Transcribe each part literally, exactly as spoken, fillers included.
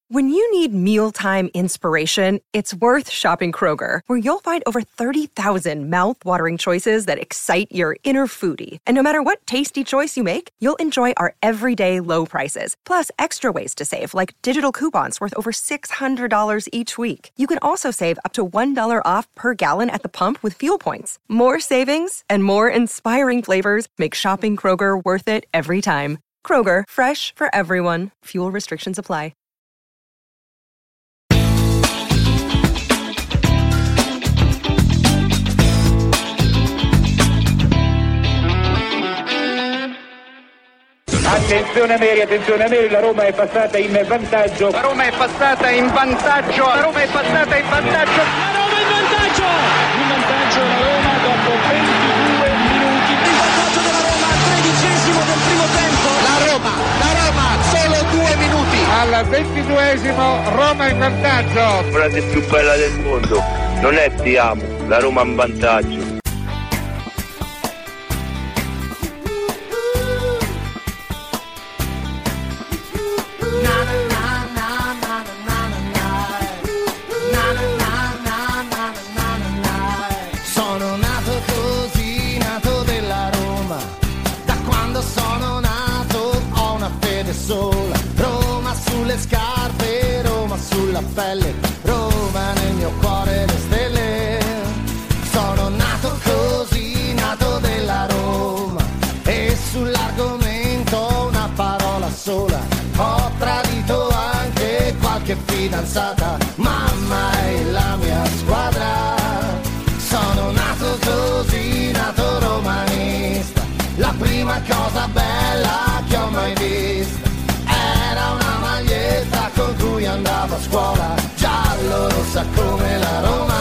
When you need mealtime inspiration, it's worth shopping Kroger, where you'll find over thirty thousand mouth-watering choices that excite your inner foodie. And no matter what tasty choice you make, you'll enjoy our everyday low prices, plus extra ways to save, like digital coupons worth over six hundred dollars each week. You can also save up to one dollar off per gallon at the pump with fuel points. More savings and more inspiring flavors make shopping Kroger worth it every time. Kroger, fresh for everyone. Fuel restrictions apply. Attenzione Neri, attenzione Neri, la Roma è passata in vantaggio. La Roma è passata in vantaggio. La Roma è passata in vantaggio. La Roma in vantaggio. In vantaggio la Roma dopo ventidue minuti. In vantaggio della Roma al tredicesimo del primo tempo. La Roma, la Roma, solo due minuti. Al ventiduesimo Roma in vantaggio. La frase più bella del mondo non è ti amo, la Roma in vantaggio. Roma sulle scarpe, Roma sulla pelle, Roma nel mio cuore le stelle. Sono nato così, nato della Roma, e sull'argomento una parola sola. Ho tradito anche qualche fidanzata, mamma è la mia squadra. Sono nato così, nato romanista, la prima cosa bella che ho mai visto era una maglietta con cui andavo a scuola, giallo rossa come la Roma.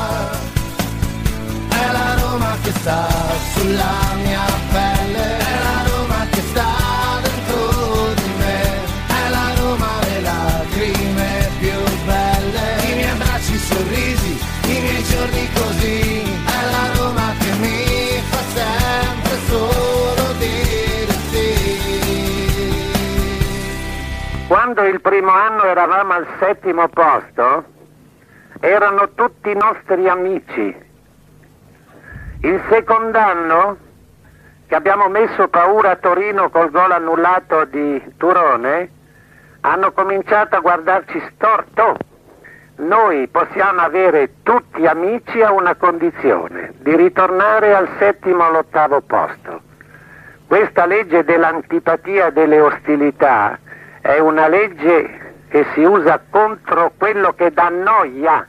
È la Roma che sta sulla mia pelle, è la Roma che sta dentro di me, è la Roma le lacrime più belle, i miei abbracci, i sorrisi, i miei giorni così, è la Roma che mi fa sempre solo dire sì. Quando il primo anno eravamo al settimo posto, erano tutti nostri amici. Il secondo anno, che abbiamo messo paura a Torino col gol annullato di Turone, hanno cominciato a guardarci storto. Noi possiamo avere tutti amici a una condizione, di ritornare al settimo o all'ottavo posto. Questa legge dell'antipatia e delle ostilità è una legge che si usa contro quello che dà noia.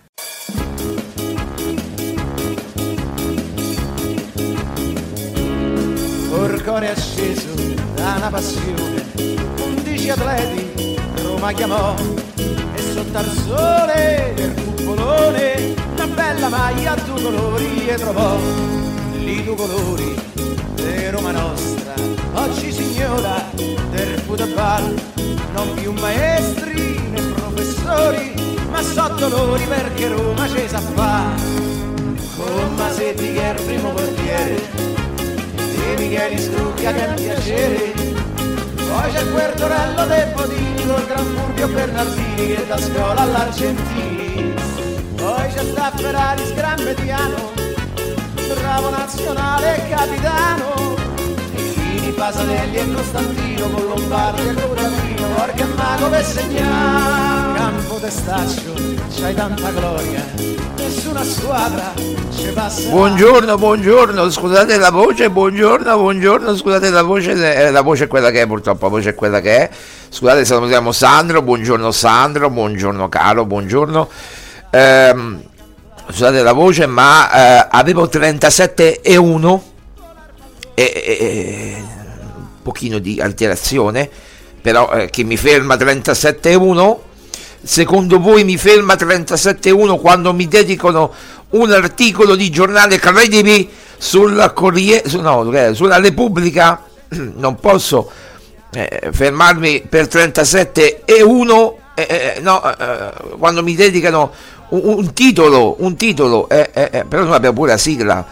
Il cuore acceso da una passione, undici atleti Roma chiamò, e sotto al sole del cupolone una bella maglia a due colori e trovò. Lì due colori di Roma nostra, oggi signora del football, non più maestri né professori, ma so dolori perché Roma ci sa fa. Con Masetti che è il primo portiere, e Micheli Scrucchia che è un piacere, poi c'è Guertorello De Bodini col Gran Fulvio Bernardini che da scuola all'Argentini, poi c'è sta Ferrari Sgrammetiano, bravo nazionale e capitano, e Fini, Pasanelli e Costantino con Lombardi e Curatino, Orca e Mago per segnare. Campo Testaccio, c'hai tanta gloria, nessuna squadra ci passa. Buongiorno, buongiorno, scusate la voce, buongiorno, buongiorno, scusate la voce, eh, la voce è quella che è, purtroppo la voce è quella che è. Scusate, salutiamo Sandro, buongiorno Sandro, buongiorno caro, buongiorno. Ehm, scusate la voce, ma eh, avevo trentasette e uno e, e, e un pochino di alterazione, però eh, che mi ferma trentasette e uno. Secondo voi mi ferma trentasette e uno quando mi dedicano un articolo di giornale credibile sulla Corriere, su, no, sulla Repubblica? Non posso eh, fermarmi per trentasette e uno eh, eh, no, eh, quando mi dedicano un, un titolo, un titolo eh, eh, eh, però noi abbiamo pure la sigla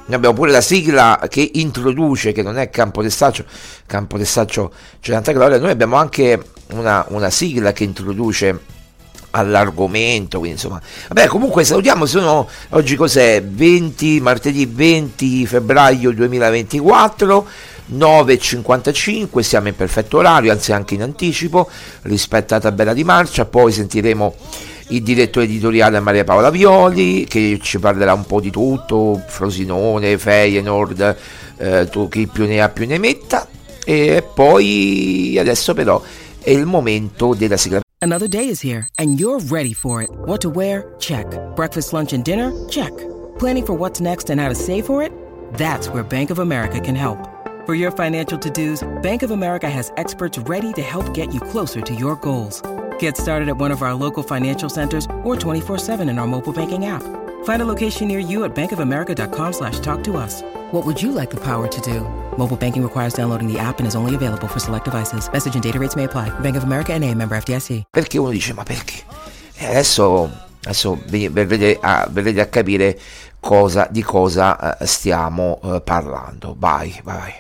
abbiamo pure la sigla che introduce, che non è Campo Testaccio, Campo Testaccio c'è tanta gloria, noi abbiamo anche una, una sigla che introduce all'argomento, quindi insomma, vabbè, comunque salutiamo, sono oggi cos'è? venti, martedì venti febbraio duemilaventiquattro, nove e cinquantacinque, siamo in perfetto orario, anzi anche in anticipo rispetto alla tabella di marcia. Poi sentiremo il direttore editoriale Maria Paola Violi, che ci parlerà un po' di tutto, Frosinone, Feyenoord, eh, tu, chi più ne ha più ne metta. E poi adesso però è il momento della sigla. Another day is here and you're ready for it. What to wear? Check. Breakfast, lunch and dinner? Check. Planning for what's next and how to save for it? That's where Bank of America can help. For your financial to-dos, Bank of America has experts ready to help get you closer to your goals. Get started at one of our local financial centers or twenty-four seven in our mobile banking app. Find a location near you at bankofamerica.com slash talk to us. What would you like the power to do? Mobile banking requires downloading the app and is only available for select devices. Message and data rates may apply. Bank of America N A, member F D I C. Perché uno dice, ma perché? E adesso, adesso verrete a, verrete a capire cosa, di cosa uh, stiamo uh, parlando. Vai, vai.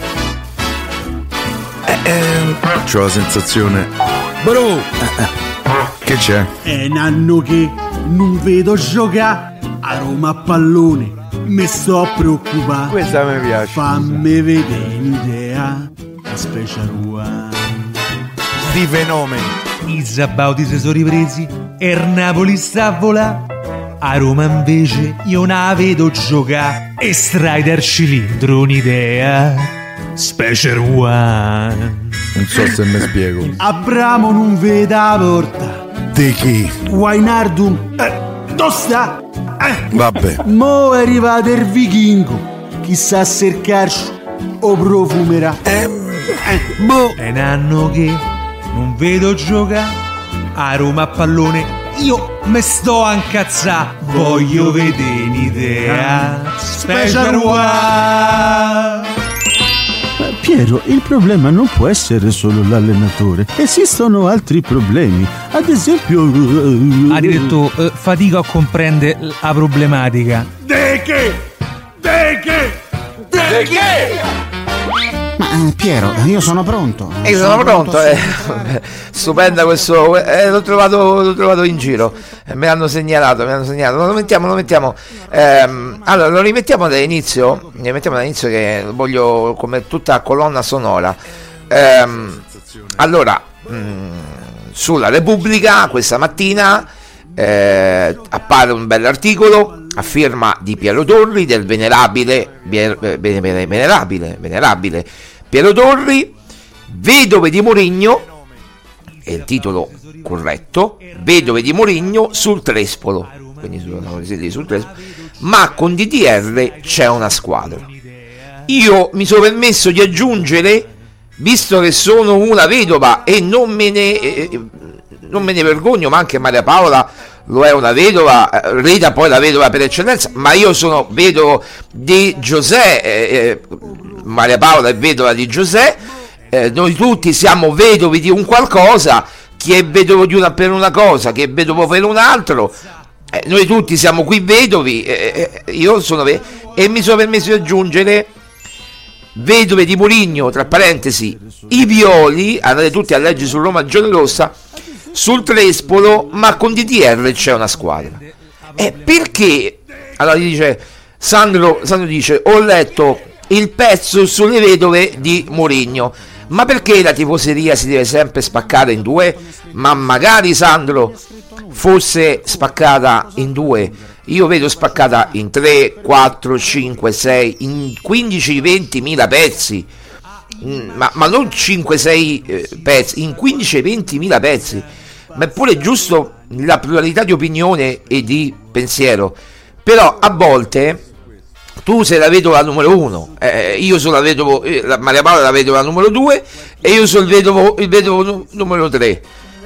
Eh, eh, c'ho la sensazione. Bro! Eh, eh. Che c'è? È un anno che non vedo giocare a Roma a pallone. Mi sto preoccupando. Questa mi piace. Fammi vedere un'idea. La Special One. Sti fenomeni. I Zabauti si sono ripresi e il Napoli sta a volà. A Roma invece io non la vedo giocare. E Strider cilindro un'idea. Special One. Non so se mi spiego. Abramo non vede la porta. Di chi? Wijnaldum. Eh, dove sta? Eh. Vabbè. Mo è arrivato il vichingo. Chissà cercarci o profumerà. Eh, eh, mo. È un anno che non vedo giocare a Roma a pallone. Io me sto a incazzà. Voglio vedere un'idea. Special One. Piero, il problema non può essere solo l'allenatore. Esistono altri problemi. Ad esempio... Uh, ha detto uh, fatica a comprendere la problematica. De che? De che? De che? Ma eh, Piero, io sono pronto. E io sono, sono pronto, pronto eh. Stupenda questo, eh, l'ho, trovato, l'ho trovato in giro, eh, me l'hanno segnalato, me l'hanno segnalato. Lo mettiamo, lo mettiamo. Ehm, allora, lo rimettiamo dall'inizio, lo rimettiamo dall'inizio che voglio come tutta colonna sonora. Ehm, allora, mh, sulla Repubblica questa mattina eh, appare un bell'articolo a firma di Piero Torri, del venerabile venerabile venerabile Piero Torri, vedove di Mourinho, è il titolo corretto, vedove di Mourinho sul Trespolo, quindi sul, sul Trespolo, ma con D D R c'è una squadra. Io mi sono permesso di aggiungere, visto che sono una vedova e non me ne eh, non me ne vergogno, ma anche Maria Paola lo è una vedova, Rita poi la vedova per eccellenza, ma io sono vedovo di Giuseppe, eh, Maria Paola è vedova di Giuseppe, eh, noi tutti siamo vedovi di un qualcosa, chi è vedovo di una per una cosa, chi è vedovo per un altro, eh, noi tutti siamo qui vedovi, eh, eh, io sono vedovo, e mi sono permesso di aggiungere vedove di Mourinho, tra parentesi, i Violi, andate tutti a leggere su Roma Giallorossa, sul Trespolo, ma con D D R c'è una squadra. E perché? Allora dice Sandro, Sandro dice ho letto il pezzo sulle vedove di Mourinho, ma perché la tifoseria si deve sempre spaccare in due? Ma magari, Sandro, fosse spaccata in due, io vedo spaccata in tre, quattro, cinque, sei, in quindici venti mila pezzi, ma, ma non cinque sei eh, pezzi, in quindici venti mila pezzi. Ma è pure giusto la pluralità di opinione e di pensiero, però a volte tu sei la vedova numero uno, eh, io sono la vedovo, eh, la Maria Paola la vedova numero due e io sono il vedovo, il vedovo nu- numero tre.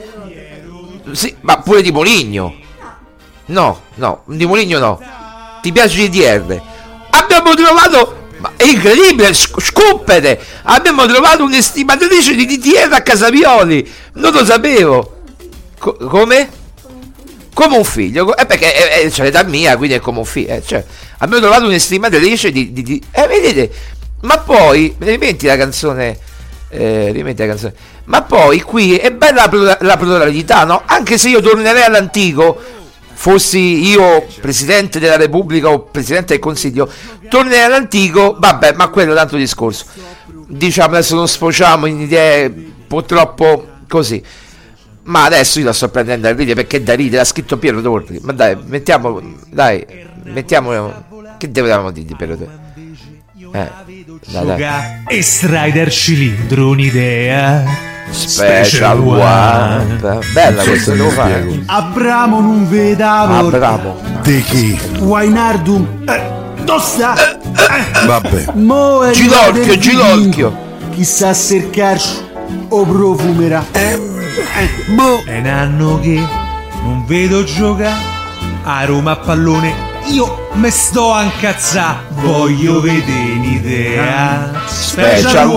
Sì, ma pure di Mourinho. No, no, di Mourinho no. Ti piace il D D R? Abbiamo trovato, ma è incredibile, scuppete, abbiamo trovato un'estimatrice di D D R a Casavioli, non lo sapevo. Co- come? Come un figlio, eh, perché è, è, c'è l'età mia, quindi è come un figlio, eh, cioè, abbiamo trovato un'estimatrice di, di, di eh, vedete, ma poi rimetti la canzone eh, rimetti la canzone ma poi qui è bella la, la pluralità, no? Anche se io tornerei all'antico, fossi io Presidente della Repubblica o Presidente del Consiglio, tornerei all'antico, vabbè, ma quello è un altro discorso, diciamo, adesso non sfociamo in idee purtroppo così, ma adesso io la sto prendendo a ridere perché da ridere, ha scritto Piero Torri, ma dai, mettiamo, dai, mettiamo, che dobbiamo dire di Piero Torri? Eh, dai, dai. E Strider cilindro un'idea Special One. Bella questa, devo fare. Abramo non vedavo. Abramo. Di chi? Wainardum. Eh, Tosta. Eh. Vabbè. Mo è Ginocchio, ginocchio. Chissà cercarci o profumerà. Eh. Eh. Boh. È un anno che non vedo giocare a Roma a pallone. Io me sto a incazzà, voglio vedere un'idea Special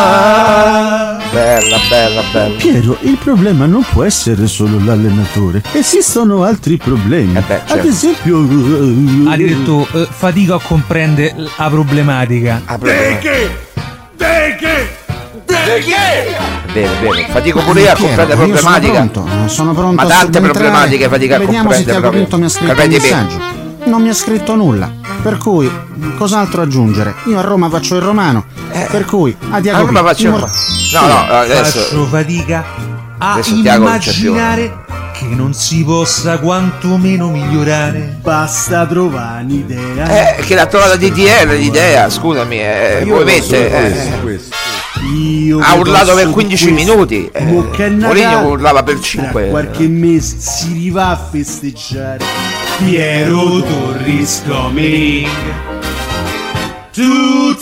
One. Bella, bella, bella. Piero, il problema non può essere solo l'allenatore. Esistono altri problemi. Eh beh, certo. Ad esempio, ha detto uh, fatico a comprendere la problematica. Ah, De che? De che? De che? Vero, vero. Fatico pure io a comprendere la problematica. Sono pronto, sono pronto. Ma tante problematiche fatica a Vediamo comprendere. se Tiago Pinto mi ha scritto un messaggio. Non mi ha scritto nulla, per cui cos'altro aggiungere? Io a Roma faccio il romano, eh, per cui a Tiago a Roma Pinto faccio mor- no, no, adesso faccio fatica a adesso immaginare che non si possa quantomeno migliorare. Basta trovare un'idea. Eh, che l'ha trovata D D R l'idea, scusami, eh, ovviamente eh, Io ha urlato per quindici minuti. Eh, Mourinho urlava per cinque. Tra qualche mese si riva a festeggiare. Piero Torris coming to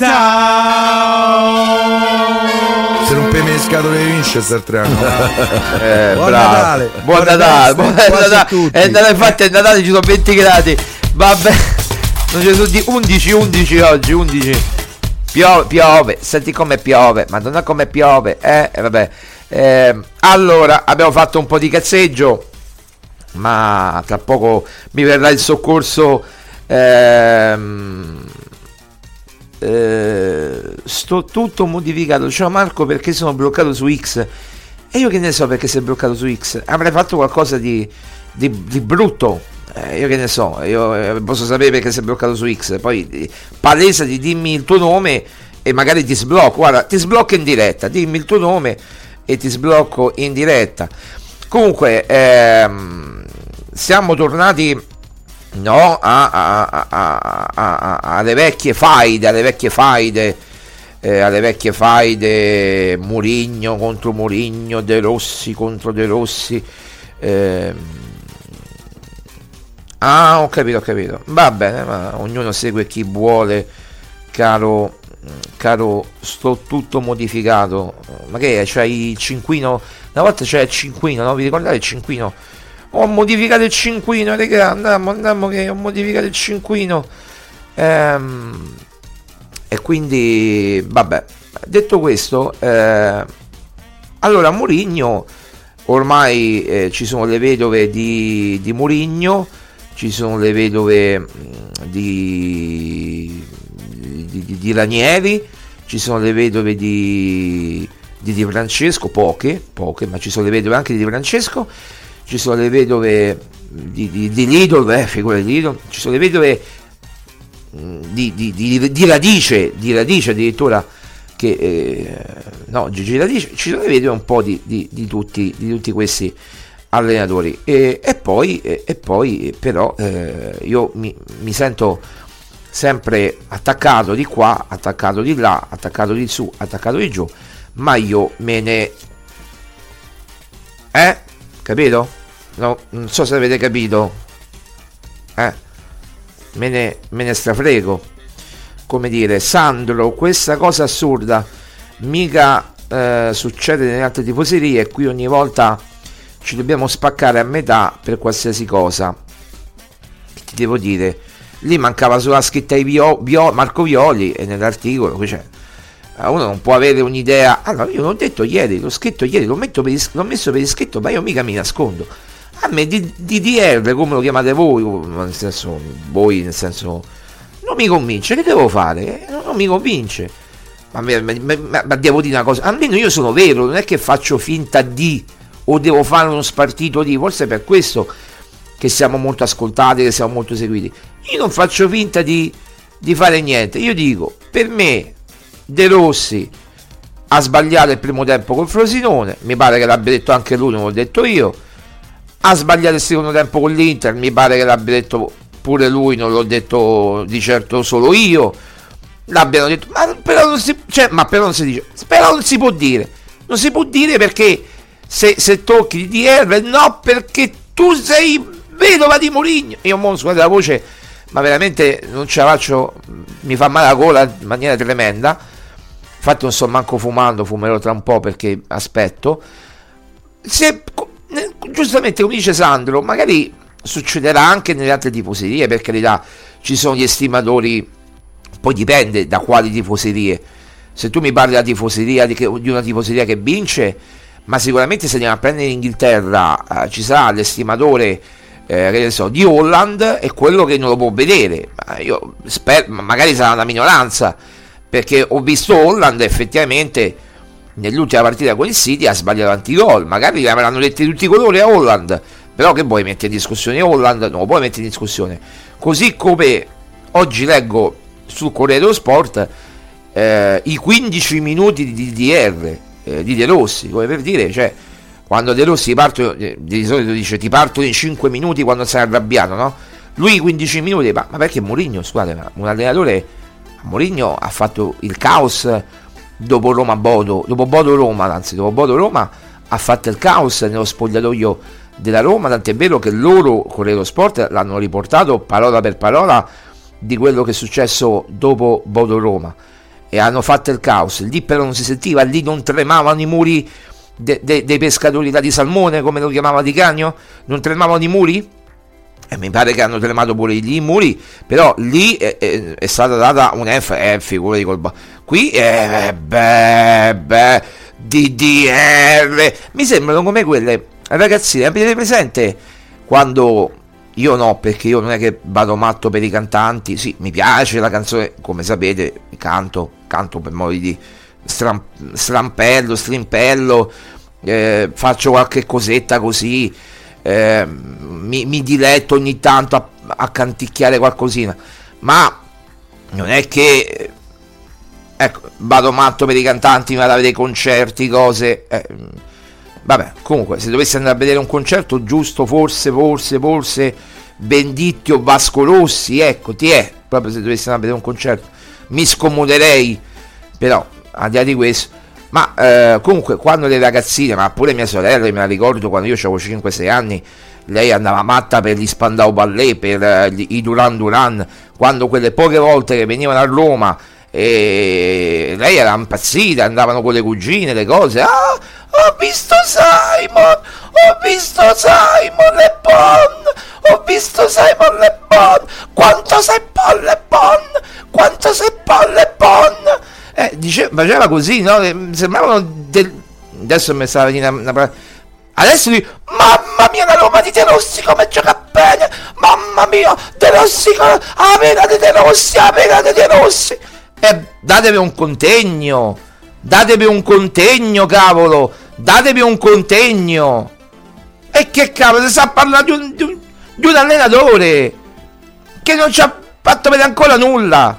town. Se non pemi le scatole di Winchester tre anni. Eh, Buon bravo. Natale. Buon Natale. Buon Natale. È Natale, infatti è Natale, ci sono venti gradi. Vabbè. Non ci sono di undici undici oggi, undici. Piove, piove. Senti come piove. Madonna come piove. Eh, vabbè. Eh, allora, abbiamo fatto un po' di cazzeggio, ma tra poco mi verrà il soccorso. Ehm, eh, sto tutto modificato. Ciao Marco, perché sono bloccato su X? E io che ne so perché sei bloccato su X? Avrei fatto qualcosa di, di, di brutto. Eh, io che ne so, io eh, posso sapere perché sei bloccato su X. Poi eh, palesati, dimmi il tuo nome e magari ti sblocco. Guarda, ti sblocco in diretta. Dimmi il tuo nome e ti sblocco in diretta. Comunque ehm, siamo tornati, no, a, a, a, a, a, alle vecchie faide, alle vecchie faide, eh, alle vecchie faide, Mourinho contro Mourinho, De Rossi contro De Rossi. Eh, ah, ho capito, ho capito. Va bene, ma ognuno segue chi vuole, caro. Caro, sto tutto modificato. Ma che è? C'hai il cinquino? Una volta c'era il cinquino, no? Vi ricordate il cinquino? Ho modificato il cinquino, raga, andiamo, andiamo che ho modificato il cinquino. Ehm, e quindi, vabbè, detto questo, eh, allora Mourinho, ormai eh, ci sono le vedove di, di Mourinho, ci sono le vedove mh, di... Di, di, di Ranieri, ci sono le vedove di, di Di Francesco, poche, poche, ma ci sono le vedove anche di Di Francesco, ci sono le vedove di, di, di Lidl, eh, figura di Lidl, ci sono le vedove di, di, di, di Radice, di Radice addirittura, che eh, no, Gigi Radice, ci sono le vedove un po' di, di, di, tutti, di tutti questi allenatori, e, e poi, e, e poi però eh, io mi, mi sento sempre attaccato di qua, attaccato di là, attaccato di su, attaccato di giù, ma io me ne... Eh? Capito? No, non so se avete capito. Eh? Me ne, me ne strafrego. Come dire, Sandro, questa cosa assurda mica eh, succede nelle altre tifoserie, qui ogni volta ci dobbiamo spaccare a metà per qualsiasi cosa. Che ti devo dire? Lì mancava solo la scritta di Vio, Vio, Marco Violi, e nell'articolo qui c'è. Uno non può avere un'idea. Allora, io l'ho detto ieri, l'ho scritto ieri, l'ho, metto per is- l'ho messo per iscritto, ma io mica mi nascondo. A me D D R, come lo chiamate voi, nel senso, voi, nel senso, non mi convince, che devo fare? Non, non mi convince. Ma, ma, ma, ma devo dire una cosa, almeno io sono vero, non è che faccio finta di, o devo fare uno spartito di, forse è per questo che siamo molto ascoltati, che siamo molto seguiti. Io non faccio finta di, di fare niente, io dico, per me De Rossi ha sbagliato il primo tempo col Frosinone, mi pare che l'abbia detto anche lui, non l'ho detto io. Ha sbagliato il secondo tempo con l'Inter, mi pare che l'abbia detto pure lui, non l'ho detto di certo solo io. L'abbiano detto, ma però non si, cioè, ma però non si dice, però non si può dire, non si può dire perché se, se tocchi il D R, no, perché tu sei vedova di Mourinho. Io mo, scusate la voce, ma veramente non ce la faccio, mi fa male la gola in maniera tremenda. Infatti non sto manco fumando, fumerò tra un po' perché aspetto. Se giustamente, come dice Sandro, magari succederà anche nelle altre tifoserie, per carità, ci sono gli estimatori, poi dipende da quali tifoserie. Se tu mi parli della tifoseria di, che, di una tifoseria che vince, ma sicuramente se andiamo a prendere in Inghilterra eh, ci sarà l'estimatore eh, che ne so, di Holland e quello che non lo può vedere. Ma io spero, magari sarà una minoranza, perché ho visto Holland effettivamente nell'ultima partita con il City ha sbagliato tanti gol, magari li avranno detti tutti i colori a Holland, però che vuoi mettere in discussione Holland? Non lo puoi mettere in discussione. Così come oggi leggo sul Corriere dello Sport eh, i quindici minuti di D R eh, di De Rossi, come per dire, cioè quando De Rossi parto, eh, di solito dice ti partono in cinque minuti quando sei arrabbiato, no? Lui quindici minuti, ma, ma perché Mourinho, scusate, ma un allenatore, Mourinho ha fatto il caos dopo Roma Bodo, dopo Bodo Roma, anzi dopo Bodo Roma ha fatto il caos nello spogliatoio della Roma, tant'è vero che loro Corriere dello Sport l'hanno riportato parola per parola di quello che è successo dopo Bodo Roma, e hanno fatto il caos. Lì però non si sentiva, lì non tremavano i muri de, de, dei pescatori là di salmone, come lo chiamava Di Cagno, non tremavano i muri, e mi pare che hanno tremato pure gli muri, però lì è, è, è stata data un'enfasi, eh, figura di colpa. Qui è eh, beh, beh, D D R, mi sembrano come quelle ragazzine, avete presente quando, io no, perché io non è che vado matto per i cantanti, sì, mi piace la canzone, come sapete, canto, canto per modo di stram, strampello, strimpello, eh, faccio qualche cosetta così, eh, mi, mi diletto ogni tanto a, a canticchiare qualcosina, ma non è che, ecco, vado matto per i cantanti, vado a vedere concerti, cose, eh, vabbè, comunque, se dovessi andare a vedere un concerto, giusto, forse, forse, forse, Venditti o Vasco Rossi, ecco, ti è, proprio se dovessi andare a vedere un concerto, mi scomoderei, però, al di là di questo, ma eh, comunque, quando le ragazzine, ma pure mia sorella, me la ricordo, quando io avevo cinque sei anni, lei andava matta per gli Spandau Ballet, per eh, gli, i Duran Duran, quando quelle poche volte che venivano a Roma, e lei era impazzita, andavano con le cugine, le cose, ah, ho visto Simon, ho visto Simon Le Bon, ho visto Simon Le Bon, quanto sei bon Le Bon, quanto sei bon Le Bon, eh, dice, faceva così, no? Sembravano del... adesso mi stava venendo una, una... adesso dico, mamma mia la Roma di De Rossi come gioca bene, mamma mia De Rossi, la pena di De Rossi, la pena di De Rossi, eh, datevi un contegno, datevi un contegno, cavolo, datevi un contegno. E che cavolo, si sta parlando di un, di un, di un allenatore che non ci ha fatto vedere ancora nulla,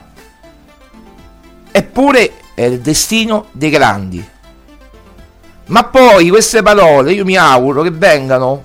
eppure è il destino dei grandi. Ma poi queste parole io mi auguro che vengano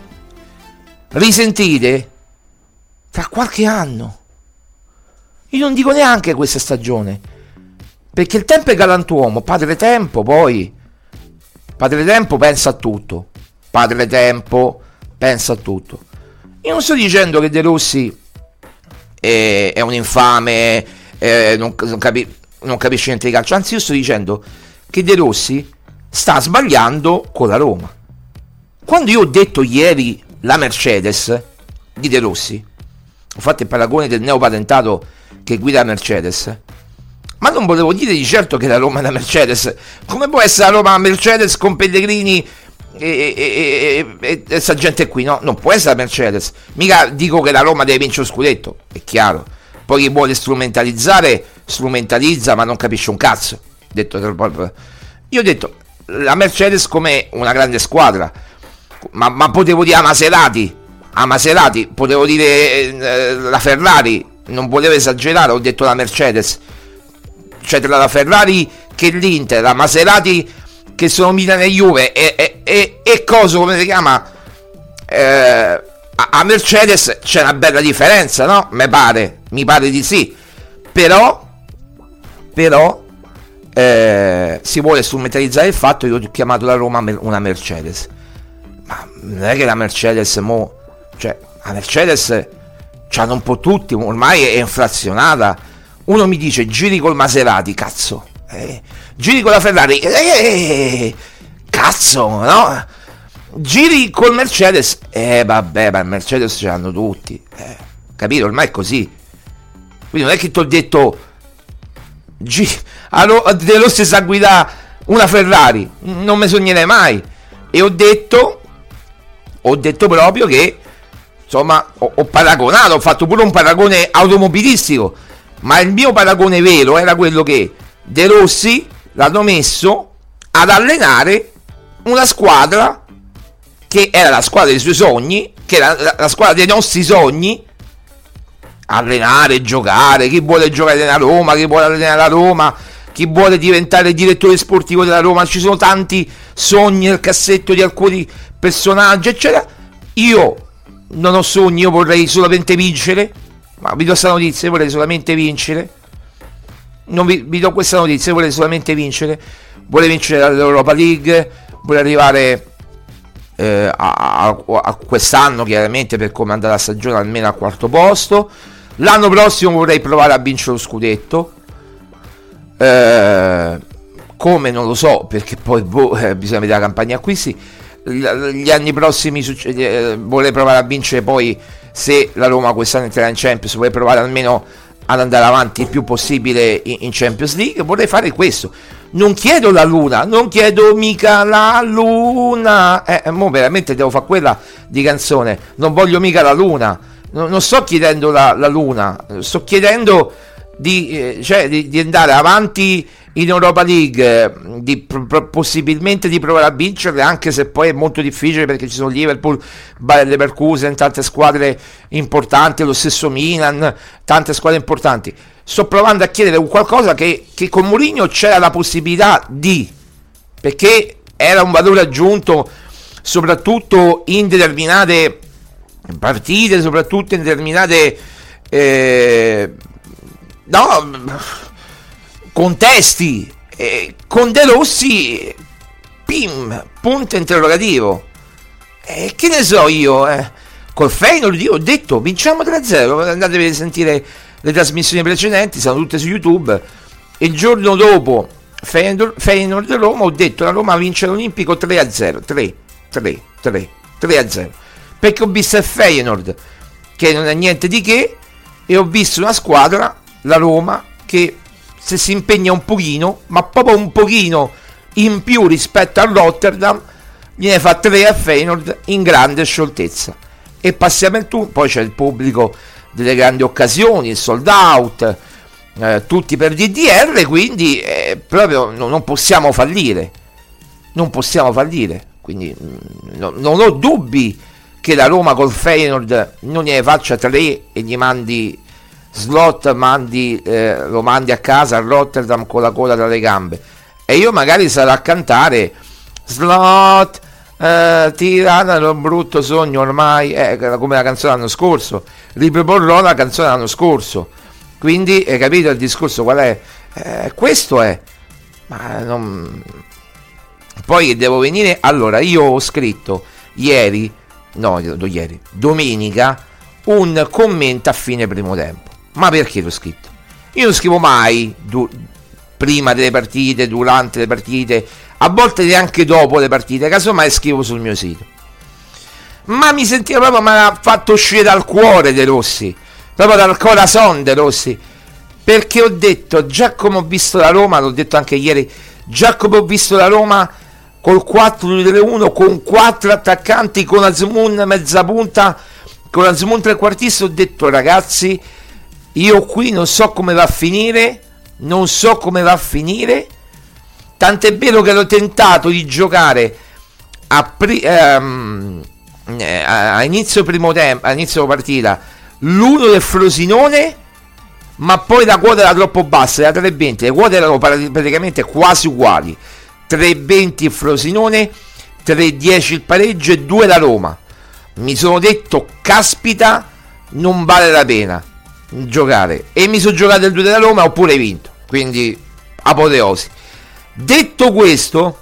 risentite tra qualche anno. Io non dico neanche questa stagione, perché il tempo è galantuomo, padre tempo, poi padre tempo pensa a tutto, padre tempo pensa a tutto. Io non sto dicendo che De Rossi è, è un infame, eh, non, non, capi, non capisce niente di calcio, anzi io sto dicendo che De Rossi sta sbagliando con la Roma. Quando io ho detto ieri la Mercedes di De Rossi, ho fatto il paragone del neopatentato che guida la Mercedes, ma non volevo dire di certo che la Roma è la Mercedes. Come può essere la Roma la Mercedes con Pellegrini e, e, e, e sta gente qui? No, non può essere la Mercedes. Mica dico che la Roma deve vincere lo scudetto, è chiaro, Poi chi vuole strumentalizzare strumentalizza, ma non capisce un cazzo. Detto, io ho detto la Mercedes come una grande squadra, ma, ma potevo dire a Maserati, a Maserati potevo dire eh, la Ferrari, non volevo esagerare, ho detto la Mercedes, cioè tra la Ferrari che l'Inter, la Maserati che sono Milan e Juve e, e, e, e coso, come si chiama, eh, a, a Mercedes c'è una bella differenza, no? Mi pare, mi pare di sì, però però eh, si vuole strumentalizzare il fatto che io ho chiamato la Roma una Mercedes, ma non è che la Mercedes mo, cioè la Mercedes c'hanno un po' tutti, ormai è inflazionata. Uno mi dice giri col Maserati, cazzo, eh, giri con la Ferrari, eh, cazzo, no? Giri col Mercedes, eh vabbè, ma il Mercedes ce l'hanno tutti, eh, capito? Ormai è così. Quindi non è che ti ho detto G- allora, De Rossi sa guidare una Ferrari, non mi sognerei mai. E ho detto ho detto proprio che insomma ho, ho paragonato, ho fatto pure un paragone automobilistico, ma il mio paragone vero era quello che De Rossi l'hanno messo ad allenare una squadra che era la squadra dei suoi sogni, che era la, la squadra dei nostri sogni. Allenare, giocare, chi vuole giocare nella Roma, chi vuole allenare la Roma, chi vuole diventare direttore sportivo della Roma, ci sono tanti sogni nel cassetto di alcuni personaggi, eccetera. Io non ho sogni, io vorrei solamente vincere, ma vi do questa notizia, vorrei solamente vincere, non vi, vi do questa notizia, vorrei solamente vincere, vorrei vincere l'Europa League, vorrei arrivare eh, a, a, a quest'anno chiaramente, per come è andata la stagione, almeno al quarto posto. L'anno prossimo vorrei provare a vincere lo scudetto, eh, come non lo so, perché poi boh, eh, bisogna vedere la campagna acquisti. Gli anni prossimi eh, vorrei provare a vincere, poi se la Roma quest'anno entrerà in Champions, vorrei provare almeno ad andare avanti il più possibile in, in Champions League. Vorrei fare questo. Non chiedo la luna, non chiedo mica la luna, eh, mo veramente devo fare quella di canzone, non voglio mica la luna. Non sto chiedendo la, la luna, sto chiedendo di, eh, cioè, di, di andare avanti in Europa League, di, pro, possibilmente di provare a vincere, anche se poi è molto difficile perché ci sono Liverpool, Bayer Leverkusen, tante squadre importanti, lo stesso Milan, tante squadre importanti. Sto provando a chiedere un qualcosa che, che con Mourinho c'era la possibilità di, perché era un valore aggiunto soprattutto in determinate partite, soprattutto in determinate eh, no, contesti. Eh, con De Rossi pim, punto interrogativo, eh, che ne so io, eh. Col Feyenoord io ho detto vinciamo tre a zero, andatevi a sentire le trasmissioni precedenti, sono tutte su YouTube. Il giorno dopo Feyenoord, Feyenoord Roma, ho detto la Roma vince l'Olimpico tre a zero, tre tre tre tre a zero, perché ho visto il Feyenoord che non è niente di che, e ho visto una squadra, la Roma, che se si impegna un pochino, ma proprio un pochino in più rispetto al Rotterdam, gliene fa tre a Feyenoord in grande scioltezza. E passiamo il turno, poi c'è il pubblico delle grandi occasioni, il sold out, eh, tutti per D D R, quindi eh, proprio no, non possiamo fallire, non possiamo fallire, quindi no, non ho dubbi che la Roma col Feyenoord non gliene faccia tre e gli mandi slot, mandi, eh, lo mandi a casa a Rotterdam con la coda tra le gambe, e io magari sarò a cantare slot, eh, tirata un brutto sogno ormai, eh, come la canzone l'anno scorso, riproporrò la canzone l'anno scorso, quindi hai capito il discorso qual è? Eh, questo è, ma non... poi devo venire, allora io ho scritto ieri, no, ieri, domenica, un commento a fine primo tempo. Ma perché l'ho scritto? Io non scrivo mai du- prima delle partite, durante le partite, a volte neanche dopo le partite, casomai scrivo sul mio sito. Ma mi sentivo proprio, mi ha fatto uscire dal cuore De Rossi, proprio dal corazon De Rossi, perché ho detto, già come ho visto la Roma, l'ho detto anche ieri, già come ho visto la Roma col quattro due tre uno, con quattro attaccanti, con Azmoun mezza punta, con Azmoun trequartista, ho detto ragazzi, io qui non so come va a finire, non so come va a finire, tant'è vero che l'ho tentato di giocare a, pri- ehm, a inizio primo tempo, a inizio partita, l'uno del Frosinone, ma poi la quota era troppo bassa, era tre venti, le quote erano praticamente quasi uguali, tre venti il Frosinone, tre dieci il pareggio e due la Roma. Mi sono detto, caspita, non vale la pena giocare, e mi sono giocato il due della Roma, oppure vinto, quindi apoteosi. Detto questo,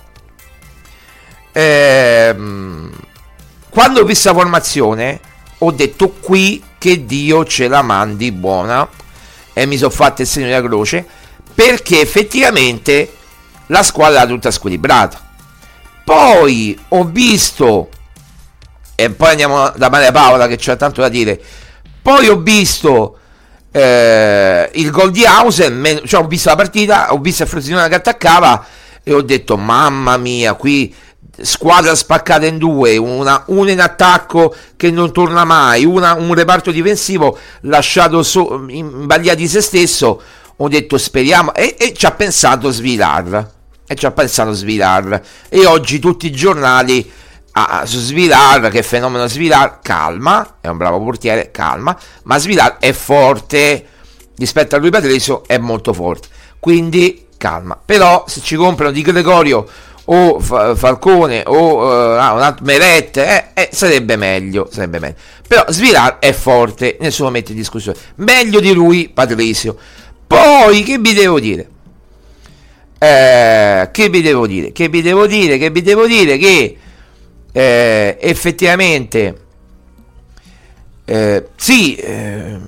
ehm, quando ho visto la formazione ho detto qui che Dio ce la mandi buona, e mi sono fatto il segno della croce, perché effettivamente la squadra era tutta squilibrata. Poi ho visto, e poi andiamo da Maria Paola che c'ha tanto da dire, poi ho visto eh, il gol di Hausen, cioè ho visto la partita, ho visto il Frosinone che attaccava e ho detto mamma mia, qui squadra spaccata in due, una, una in attacco che non torna mai, una, un reparto difensivo lasciato so, in balia di se stesso. Ho detto speriamo, e, e ci ha pensato Svilar, e ci ha pensato Svilar, e oggi tutti i giornali ah, su Svilar, che fenomeno Svilar, calma, è un bravo portiere, calma, ma Svilar è forte rispetto a lui Patrizio, è molto forte, quindi calma. Però se ci comprano Di Gregorio o Falcone o uh, ah, un altro Meret, eh, eh, sarebbe meglio, sarebbe meglio. Però Svilar è forte, nessuno mette in discussione, meglio di lui Patrizio. Poi che vi devo dire? Eh, che vi devo dire? Che vi devo dire? Che vi devo dire? Che eh, effettivamente eh, sì, eh,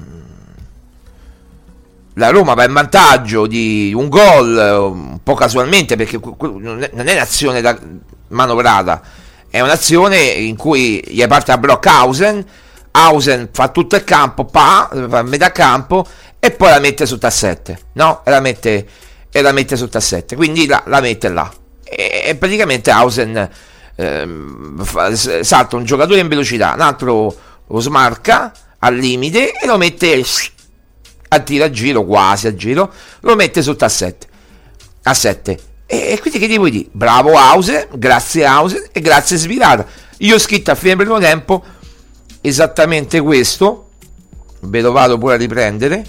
la Roma va in vantaggio di un gol un po' casualmente, perché non è un'azione da manovrata, è un'azione in cui gli parte a blocco Hausen, Hausen fa tutto il campo, pa, fa metà campo e poi la mette sotto a sette, no? E la mette, e la mette sotto a sette, quindi la, la mette là, e, e praticamente Hausen eh, fa, salta un giocatore in velocità, un altro lo smarca al limite e lo mette a tiro a giro, quasi a giro, lo mette sotto a sette, a sette. E, e quindi che ti vuoi dire? Bravo Hausen, grazie Hausen e grazie Svilar. Io ho scritto a fine primo tempo esattamente questo, ve lo vado pure a riprendere,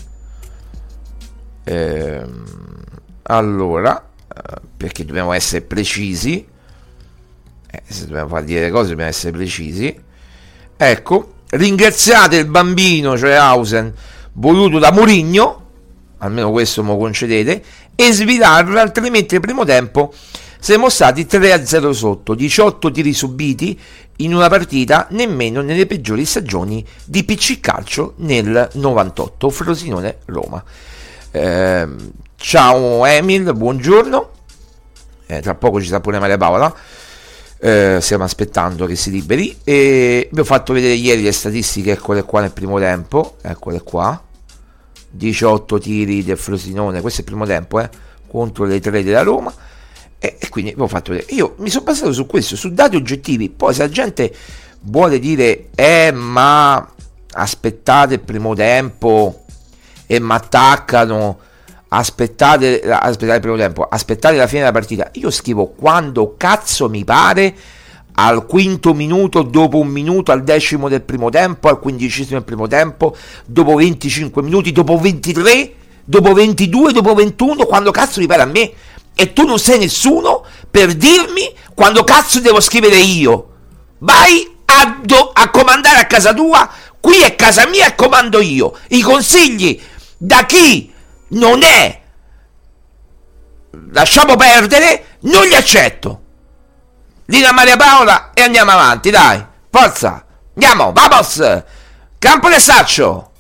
ehm, allora, perché dobbiamo essere precisi, eh, se dobbiamo far dire le cose dobbiamo essere precisi. Ecco, ringraziate il bambino, cioè Hausen, voluto da Mourinho, almeno questo me lo concedete, e Svilar, altrimenti il primo tempo siamo stati tre a zero sotto, diciotto tiri subiti in una partita nemmeno nelle peggiori stagioni di P C Calcio nel novantotto, Frosinone Roma. Eh, ciao Emil, buongiorno, eh, tra poco ci sta pure Maria Paola, eh, stiamo aspettando che si liberi, e vi ho fatto vedere ieri le statistiche, eccole qua nel primo tempo, eccole qua, diciotto tiri del Frosinone, questo è il primo tempo, eh, contro le tre della Roma, e, e quindi vi ho fatto vedere. Io mi sono basato su questo, su dati oggettivi. Poi se la gente vuole dire eh ma aspettate il primo tempo e mi attaccano, aspettate, aspettate il primo tempo, aspettate la fine della partita, io scrivo quando cazzo mi pare, al quinto minuto, dopo un minuto, al decimo del primo tempo, al quindicesimo del primo tempo, dopo venticinque minuti, dopo ventitré, dopo ventidue, dopo ventuno, quando cazzo mi pare a me, e tu non sei nessuno per dirmi quando cazzo devo scrivere io. Vai a, do- a comandare a casa tua, qui è casa mia e comando io. I consigli da chi non è, lasciamo perdere, non li accetto. Dina Maria Paola e andiamo avanti, dai, forza, andiamo, vamos, campo del saccio.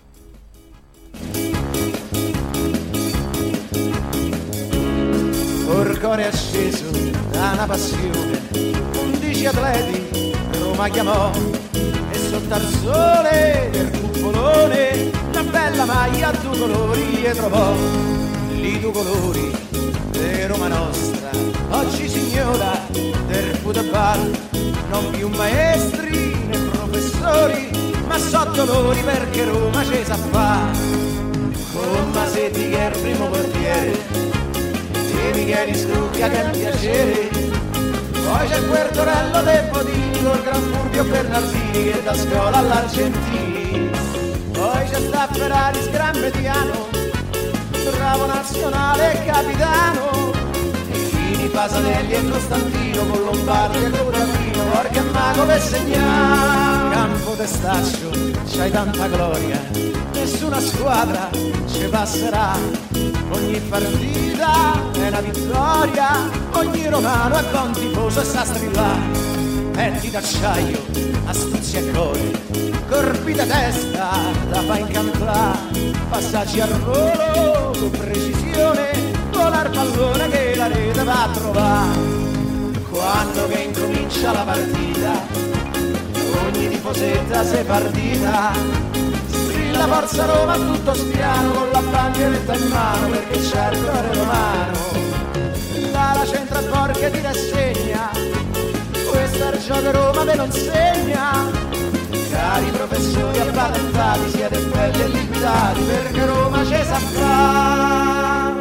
Orcore acceso da una passione, undici atleti Roma chiamò, e sotto al sole del cupolone una bella maglia a due colori e trovò. Lì due colori di Roma nostra, oggi signora del football, non più maestri né professori, ma so dolori perché Roma ci sa fa. con Masetti che è il primo portiere, e Micheli Scrucchia che è un piacere. Poi c'è Puertorello De Bodino, il Gran Fulvio Bernardini che da scuola all'Argentini. Poi c'è sta Ferraris Gran Mediano, bravo nazionale e capitano. Fini, Pasanelli e Costantino, con Lombardi e Curatino, porca mago per segnare. Campo Testaccio, c'hai tanta gloria, nessuna squadra ci passerà. Ogni partita è una vittoria, ogni romano è buon tifoso e sa strillare. Petti d'acciaio, astuzia e core, corpi da testa da fa incantare. Passaggi al volo con precisione, vola il pallone che la rete va a trovare. Quando che incomincia la partita, ogni tifosetta si è partita. Strilla Forza Roma a tutto spiano, con la bandieretta in mano perché c'è il cuore romano. Dalla centra Borghi ti rassegna, questo è il gioco Roma ve lo insegna. Cari professori appalentati, siete belli e liquidati, perché Roma ci sa fare.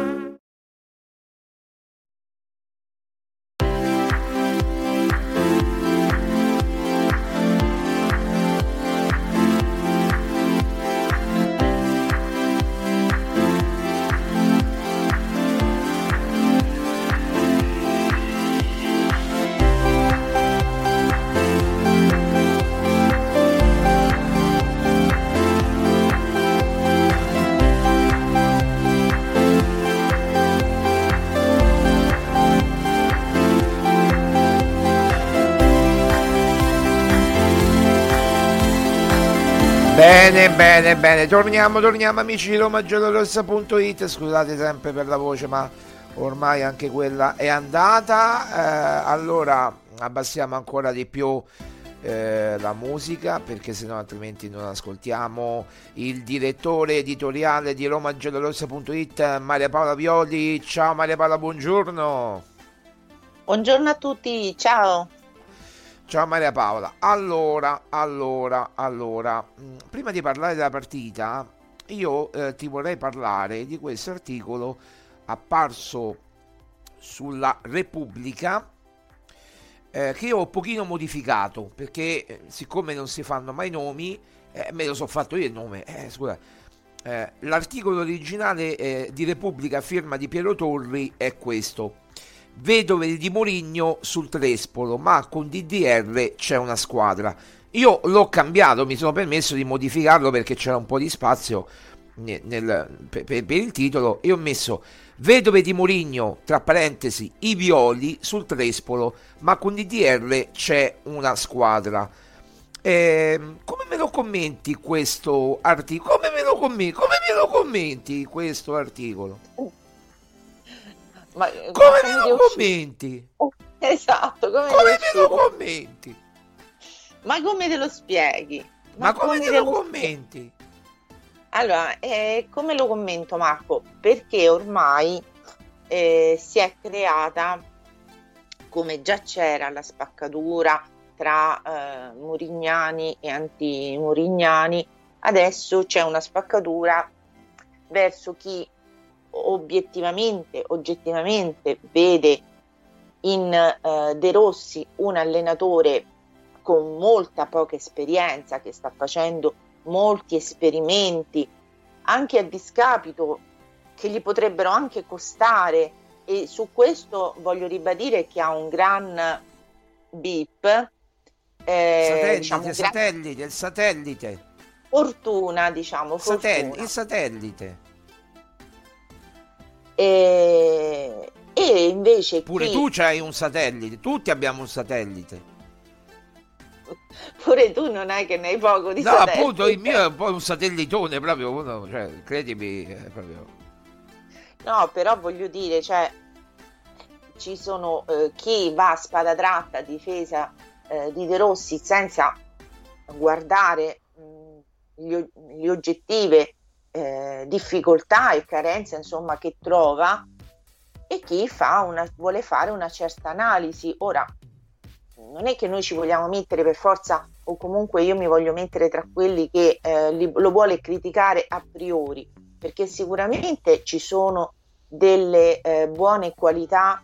Bene, bene, bene, torniamo, torniamo amici di Roma Giallorossa punto it. Scusate sempre per la voce, ma ormai anche quella è andata. Eh, allora abbassiamo ancora di più eh, la musica, perché sennò altrimenti non ascoltiamo il direttore editoriale di Roma Giallorossa punto it, Maria Paola Violi. Ciao Maria Paola, buongiorno. Buongiorno a tutti, ciao. Ciao Maria Paola, allora, allora, allora, prima di parlare della partita, io eh, ti vorrei parlare di questo articolo apparso sulla Repubblica, eh, che io ho un pochino modificato, perché eh, siccome non si fanno mai nomi, eh, me lo so fatto io il nome, eh, scusa, eh, l'articolo originale eh, di Repubblica a firma di Piero Torri è questo: vedove di Mourinho sul Trespolo, ma con D D R c'è una squadra. Io l'ho cambiato, mi sono permesso di modificarlo perché c'era un po' di spazio nel, nel, per, per il titolo, e ho messo vedove di Mourinho, tra parentesi, i Violi sul Trespolo, ma con D D R c'è una squadra. Eh, come me lo commenti questo articolo? Come me lo commenti? Come me lo commenti questo articolo? Ma come, come me lo commenti? Oh, esatto, come, come me lo commenti? Ma come te lo spieghi? Ma, Ma come, come te lo, lo commenti? Allora, eh, come lo commento, Marco? Perché ormai eh, si è creata, come già c'era la spaccatura tra eh, Murignani e anti-Murignani, adesso c'è una spaccatura verso chi obiettivamente, oggettivamente vede in eh, De Rossi un allenatore con molta poca esperienza, che sta facendo molti esperimenti anche a discapito che gli potrebbero anche costare, e su questo voglio ribadire che ha un gran bip, eh, satellite, diciamo, gran... satellite, il satellite fortuna, diciamo fortuna. Satell- il satellite. E, e invece pure chi... tu c'hai un satellite, tutti abbiamo un satellite. Pure tu non è che ne hai poco di no, satellite. No, appunto il mio è un po' un satellitone proprio, uno, cioè, credimi, è proprio... No, però voglio dire, cioè, ci sono eh, chi va a spada tratta a difesa eh, di De Rossi senza guardare mh, gli, gli oggettive Eh, difficoltà e carenze, insomma, che trova, e chi fa una, vuole fare una certa analisi. Ora non è che noi ci vogliamo mettere per forza, o comunque io mi voglio mettere tra quelli che eh, li, lo vuole criticare a priori, perché sicuramente ci sono delle eh, buone qualità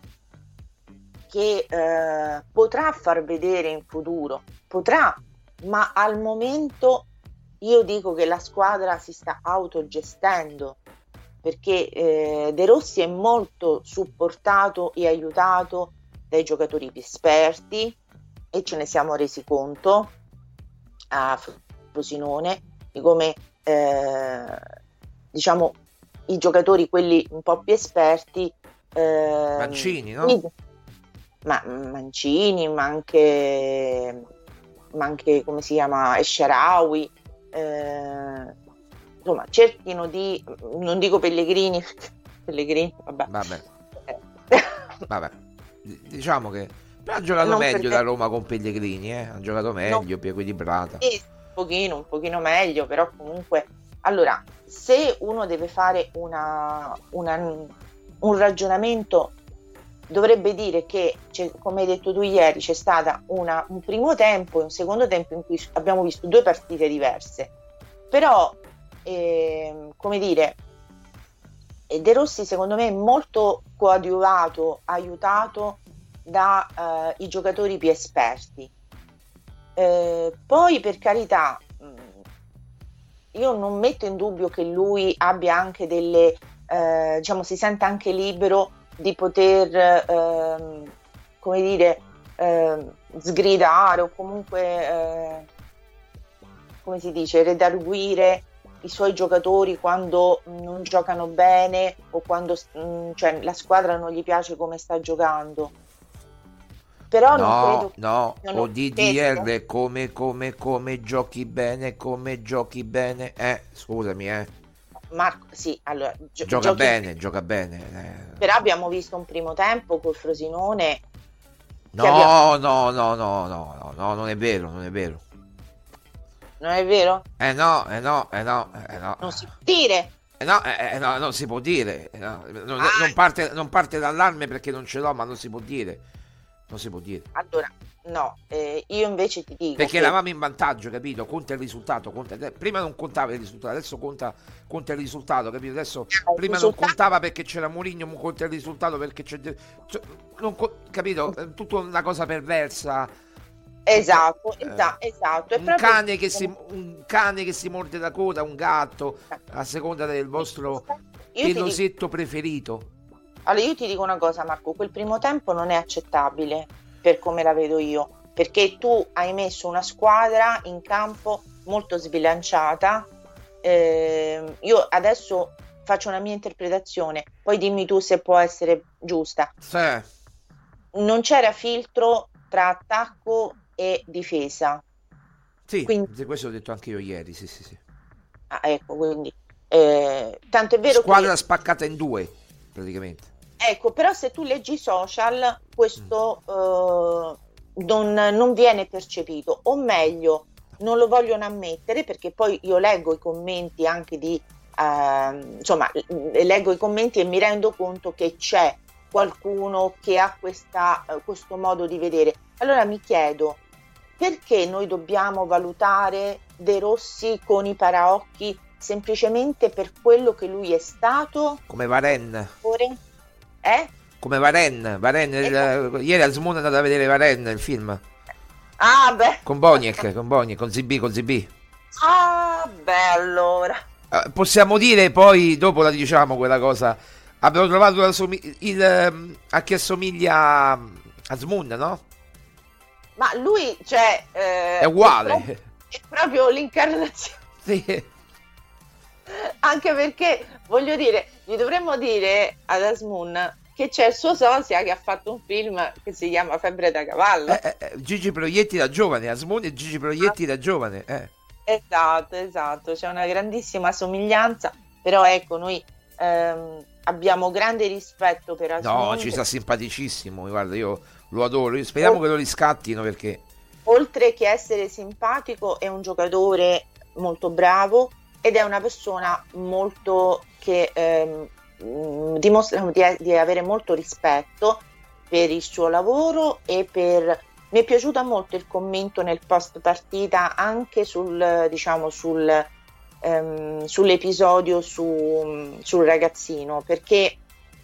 che eh, potrà far vedere in futuro, potrà, ma al momento io dico che la squadra si sta autogestendo, perché eh, De Rossi è molto supportato e aiutato dai giocatori più esperti, e ce ne siamo resi conto a Frosinone di come eh, diciamo i giocatori, quelli un po' più esperti, eh, Mancini, no? Ma, Mancini, ma anche, ma anche come si chiama, Esharawi, eh, insomma cerchino di, non dico Pellegrini, Pellegrini, vabbè. Vabbè. Vabbè. Diciamo che però ha giocato Non meglio perché- da Roma con Pellegrini, eh? Ha giocato meglio, più equilibrata. Sì, un pochino, un pochino meglio, però comunque, allora, se uno deve fare una, una- un ragionamento, dovrebbe dire che, c'è- come hai detto tu ieri, c'è stata una- un primo tempo e un secondo tempo in cui abbiamo visto due partite diverse, però, ehm, come dire, e De Rossi secondo me è molto coadiuvato, aiutato dai giocatori più esperti. Eh, poi, per carità, mh, io non metto in dubbio che lui abbia anche delle, eh, diciamo, si senta anche libero di poter, ehm, come dire, ehm, sgridare o comunque, eh, come si dice, redarguire i suoi giocatori quando non giocano bene o quando mh, cioè, la squadra non gli piace come sta giocando. Però non No, credo no, non o lo D D capisco. R come, come, come giochi bene, come giochi bene. Eh, scusami, eh. Marco, sì, allora gio- Gioca giochi- bene, gioca bene. eh. Però abbiamo visto un primo tempo col Frosinone. No, che abbiamo- no, no, no, no, no, no, non è vero, non è vero. Non è vero? Eh no, eh no, eh no, eh no. Non si può dire. Eh no, eh, eh, no, non si può dire. eh, no, non, Ah. non parte, non parte d'allarme perché non ce l'ho, ma non si può dire. Non si può dire. Allora, no, eh, io invece ti dico Perché che- eravamo in vantaggio, capito? Conta il risultato. Conta... Prima non contava il risultato, adesso conta, conta il risultato, capito? Adesso prima non risultato- contava perché c'era Mourinho, ma conta il risultato perché c'è. cioè, non co- capito? È tutta una cosa perversa. Esatto, Eh, esa- esatto. È Un proprio- cane, che si, un cane che si morde la coda, un gatto, a seconda del vostro Io ti pelosetto preferito. Allora, io ti dico una cosa, Marco, quel primo tempo non è accettabile per come la vedo io, perché tu hai messo una squadra in campo molto sbilanciata. Eh, io adesso faccio una mia interpretazione, poi dimmi tu se può essere giusta. Sì. Non c'era filtro tra attacco e difesa. Sì, Quindi- di questo ho detto anche io ieri, sì, sì, sì. Ah, ecco, quindi eh, tanto è vero Squadra che spaccata in due, praticamente. ecco, però se tu leggi i social, questo eh, non, non viene percepito, o meglio, non lo vogliono ammettere, perché poi io leggo i commenti anche di, eh, insomma, l- leggo i commenti e mi rendo conto che c'è qualcuno che ha questa, eh, questo modo di vedere. Allora mi chiedo, perché noi dobbiamo valutare De Rossi con i paraocchi semplicemente per quello che lui è stato? Come Varenne. Eh? Come Varenne. Varenne il- ieri al Smoon è andato a vedere Varenne, il film. Ah, beh. Con Boniek, con Boniek, con Zibi, con Zibi. Ah, beh, allora. Eh, possiamo dire poi, dopo la diciamo quella cosa, abbiamo trovato la somi- il, ehm, a chi assomiglia a, a Smoon, no? Ma lui, cioè... eh, È uguale. È, pro- è proprio l'incarnazione. Sì. Anche perché, voglio dire, gli dovremmo dire ad Asmoon che c'è il suo sosia che ha fatto un film che si chiama Febbre da cavallo. Eh, eh, Gigi Proietti da giovane, Asmoon e Gigi Proietti da giovane. Eh. Esatto, esatto, c'è una grandissima somiglianza, però ecco, noi ehm, abbiamo grande rispetto per Asmoon. No, ci sta simpaticissimo, guarda, io lo adoro. Io speriamo Oh. che lo riscattino perché... Oltre che essere simpatico, è un giocatore molto bravo ed è una persona molto che ehm, mh, dimostra di, di avere molto rispetto per il suo lavoro e per... Mi è piaciuto molto il commento nel post partita anche sul, diciamo, sul, ehm, sull'episodio su, sul ragazzino, perché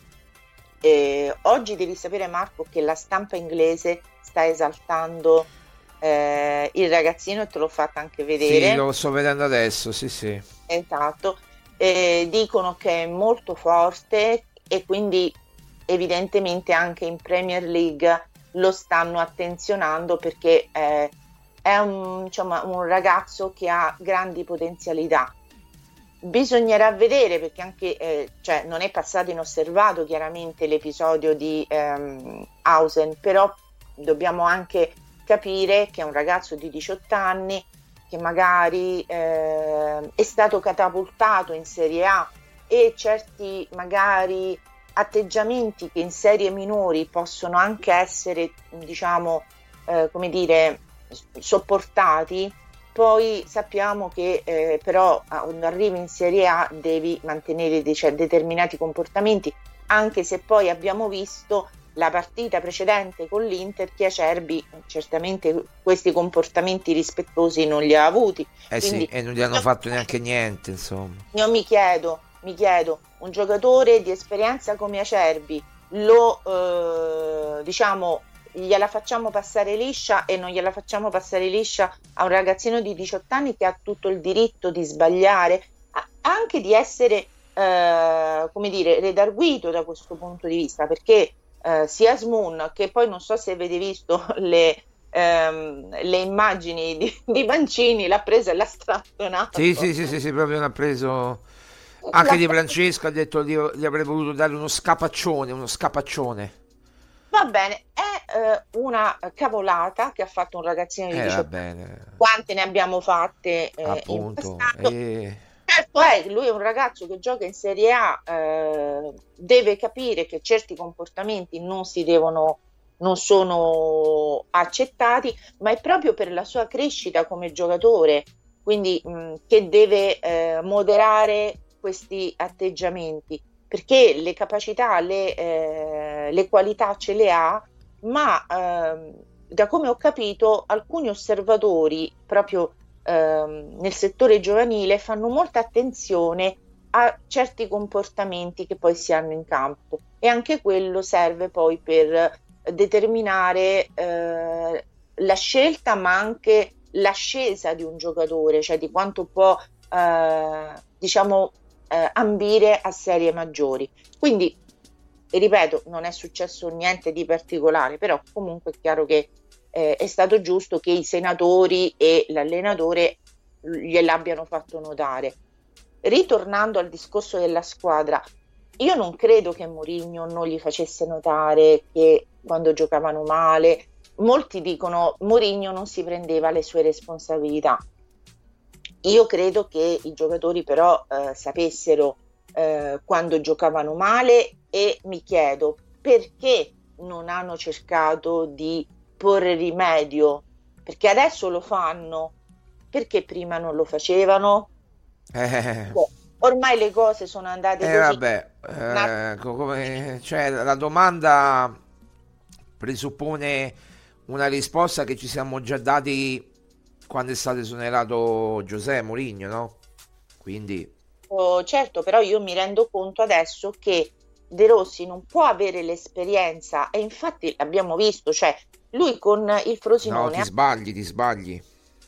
eh, oggi devi sapere, Marco, che la stampa inglese sta esaltando eh, il ragazzino, e te l'ho fatta anche vedere. Sì, lo sto vedendo adesso, sì sì. Esatto, eh, dicono che è molto forte, e quindi evidentemente anche in Premier League lo stanno attenzionando, perché eh, è un, insomma, un ragazzo che ha grandi potenzialità. Bisognerà vedere, perché anche eh, cioè, non è passato inosservato chiaramente l'episodio di ehm, Hausen, però dobbiamo anche capire che è un ragazzo di diciotto anni che magari eh, è stato catapultato in Serie A, e certi magari atteggiamenti che in serie minori possono anche essere, diciamo, eh, come dire, sopportati, poi sappiamo che eh, però quando arrivi in Serie A devi mantenere de- cioè, determinati comportamenti, anche se poi abbiamo visto la partita precedente con l'Inter che Acerbi certamente questi comportamenti rispettosi non li ha avuti. Eh Quindi, sì, e non gli hanno io, fatto neanche niente, insomma. Io mi chiedo, mi chiedo, un giocatore di esperienza come Acerbi lo eh, diciamo gliela facciamo passare liscia, e non gliela facciamo passare liscia a un ragazzino di diciotto anni che ha tutto il diritto di sbagliare, anche di essere eh, come dire, redarguito da questo punto di vista, perché eh, sia Asmun, che poi non so se avete visto le, ehm, le immagini di, di Mancini, l'ha presa e l'ha strattonato. Sì, sì, sì, sì, sì, proprio l'ha preso. Anche di Francesco ha detto che gli avrei voluto dare uno scapaccione, uno scapaccione. Va bene, è eh, una cavolata che ha fatto un ragazzino di eh, diciotto anni. Quante ne abbiamo fatte eh, appunto in passato? E... Certo è, lui è un ragazzo che gioca in Serie A, eh, deve capire che certi comportamenti non si devono, non sono accettati, ma è proprio per la sua crescita come giocatore, quindi mh, che deve eh, moderare questi atteggiamenti, perché le capacità, le, eh, le qualità ce le ha, ma eh, da come ho capito alcuni osservatori proprio eh, nel settore giovanile fanno molta attenzione a certi comportamenti che poi si hanno in campo, e anche quello serve poi per determinare eh, la scelta, ma anche l'ascesa di un giocatore, cioè di quanto può eh, diciamo Eh, ambire a serie maggiori. Quindi, ripeto, non è successo niente di particolare, però comunque è chiaro che eh, è stato giusto che i senatori e l'allenatore gliel'abbiano fatto notare. Ritornando al discorso della squadra, io non credo che Mourinho non gli facesse notare che quando giocavano male, molti dicono Mourinho non si prendeva le sue responsabilità. Io credo che i giocatori però eh, sapessero eh, quando giocavano male, e mi chiedo perché non hanno cercato di porre rimedio, perché adesso lo fanno, perché prima non lo facevano? Eh. Beh, ormai le cose sono andate eh, così. Vabbè, eh, come, cioè, la domanda presuppone una risposta che ci siamo già dati quando è stato esonerato José Mourinho, no? Quindi oh, certo, però io mi rendo conto adesso che De Rossi non può avere l'esperienza, e infatti l'abbiamo visto, cioè lui con il Frosinone... No, ti sbagli, ti sbagli.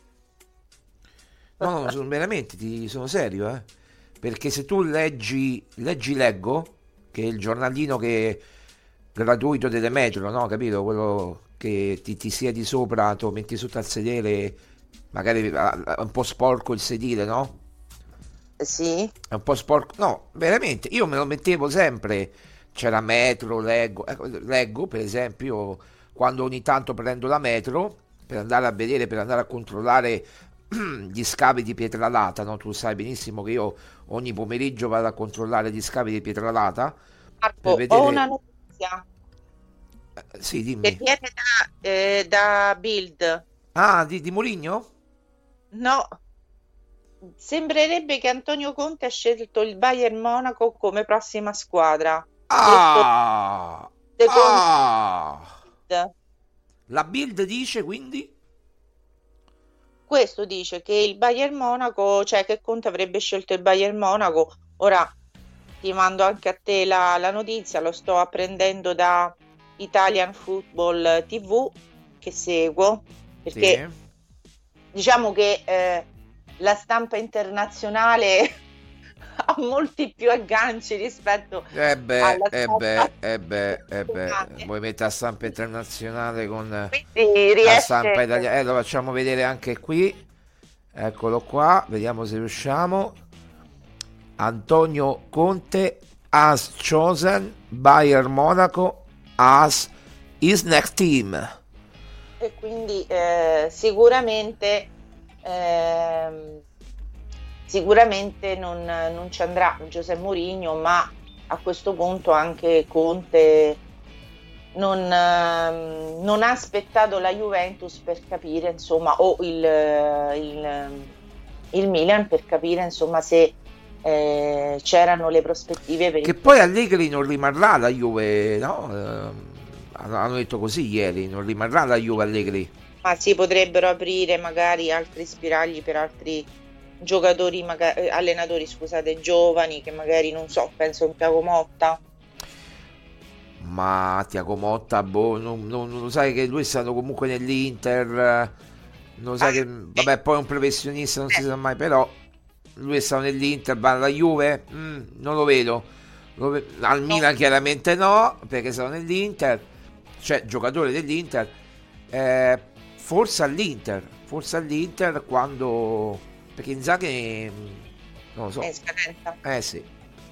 No, no, sono, veramente, ti, sono serio, eh? Perché se tu leggi, leggi Leggo, che è il giornalino che gratuito delle metro, no? Capito? Quello che ti, ti siedi sopra, te lo metti sotto al sedere, magari è un po' sporco il sedile, no? Sì. È un po' sporco. No, veramente, io me lo mettevo sempre. C'era metro, Leggo. Ecco, Leggo, per esempio, quando ogni tanto prendo la metro per andare a vedere, per andare a controllare gli scavi di Pietralata, no? Tu sai benissimo che io ogni pomeriggio vado a controllare gli scavi di Pietralata. Marco, per vedere... ho una notizia. Eh, sì, dimmi. Che viene da, eh, da Bild. Ah, di, di Mourinho? No, sembrerebbe che Antonio Conte ha scelto il Bayern Monaco come prossima squadra. Ah, ah. La Bild dice quindi? questo dice che il Bayern Monaco, cioè che Conte avrebbe scelto il Bayern Monaco. Ora ti mando anche a te la, la notizia, lo sto apprendendo da Italian Football T V che seguo, perché sì. diciamo che eh, la stampa internazionale ha molti più agganci rispetto eh beh, alla eh stampa beh, eh beh, eh beh. Vuoi mettere la stampa internazionale con riesce... la stampa italiana? Eh, lo facciamo vedere anche qui, eccolo qua, vediamo se riusciamo. Antonio Conte has chosen Bayern Monaco as his next team. E quindi eh, sicuramente eh, sicuramente non, non ci andrà José Mourinho, ma a questo punto anche Conte non, eh, non ha aspettato la Juventus per capire, insomma, o il, il, il Milan per capire, insomma, se eh, c'erano le prospettive per che il... poi Allegri non rimarrà la Juve, no? Eh, hanno detto così ieri, non rimarrà la Juve Allegri. Ma si potrebbero aprire magari altri spiragli per altri giocatori, magari, allenatori scusate, giovani, che magari, non so, penso a Thiago Motta. Ma Thiago Motta, boh, non, non, non lo sai che lui è stato comunque nell'Inter, non lo sai ah, che, vabbè, poi è un professionista, non eh. si sa mai, però lui è stato nell'Inter, va alla Juve, mm, non lo vedo, lo ve- al no. Milan chiaramente no, perché è stato nell'Inter, cioè giocatore dell'Inter, eh, forse all'Inter, forse all'Inter quando, perché Inzaghi non lo so, è in scadenza. Eh sì.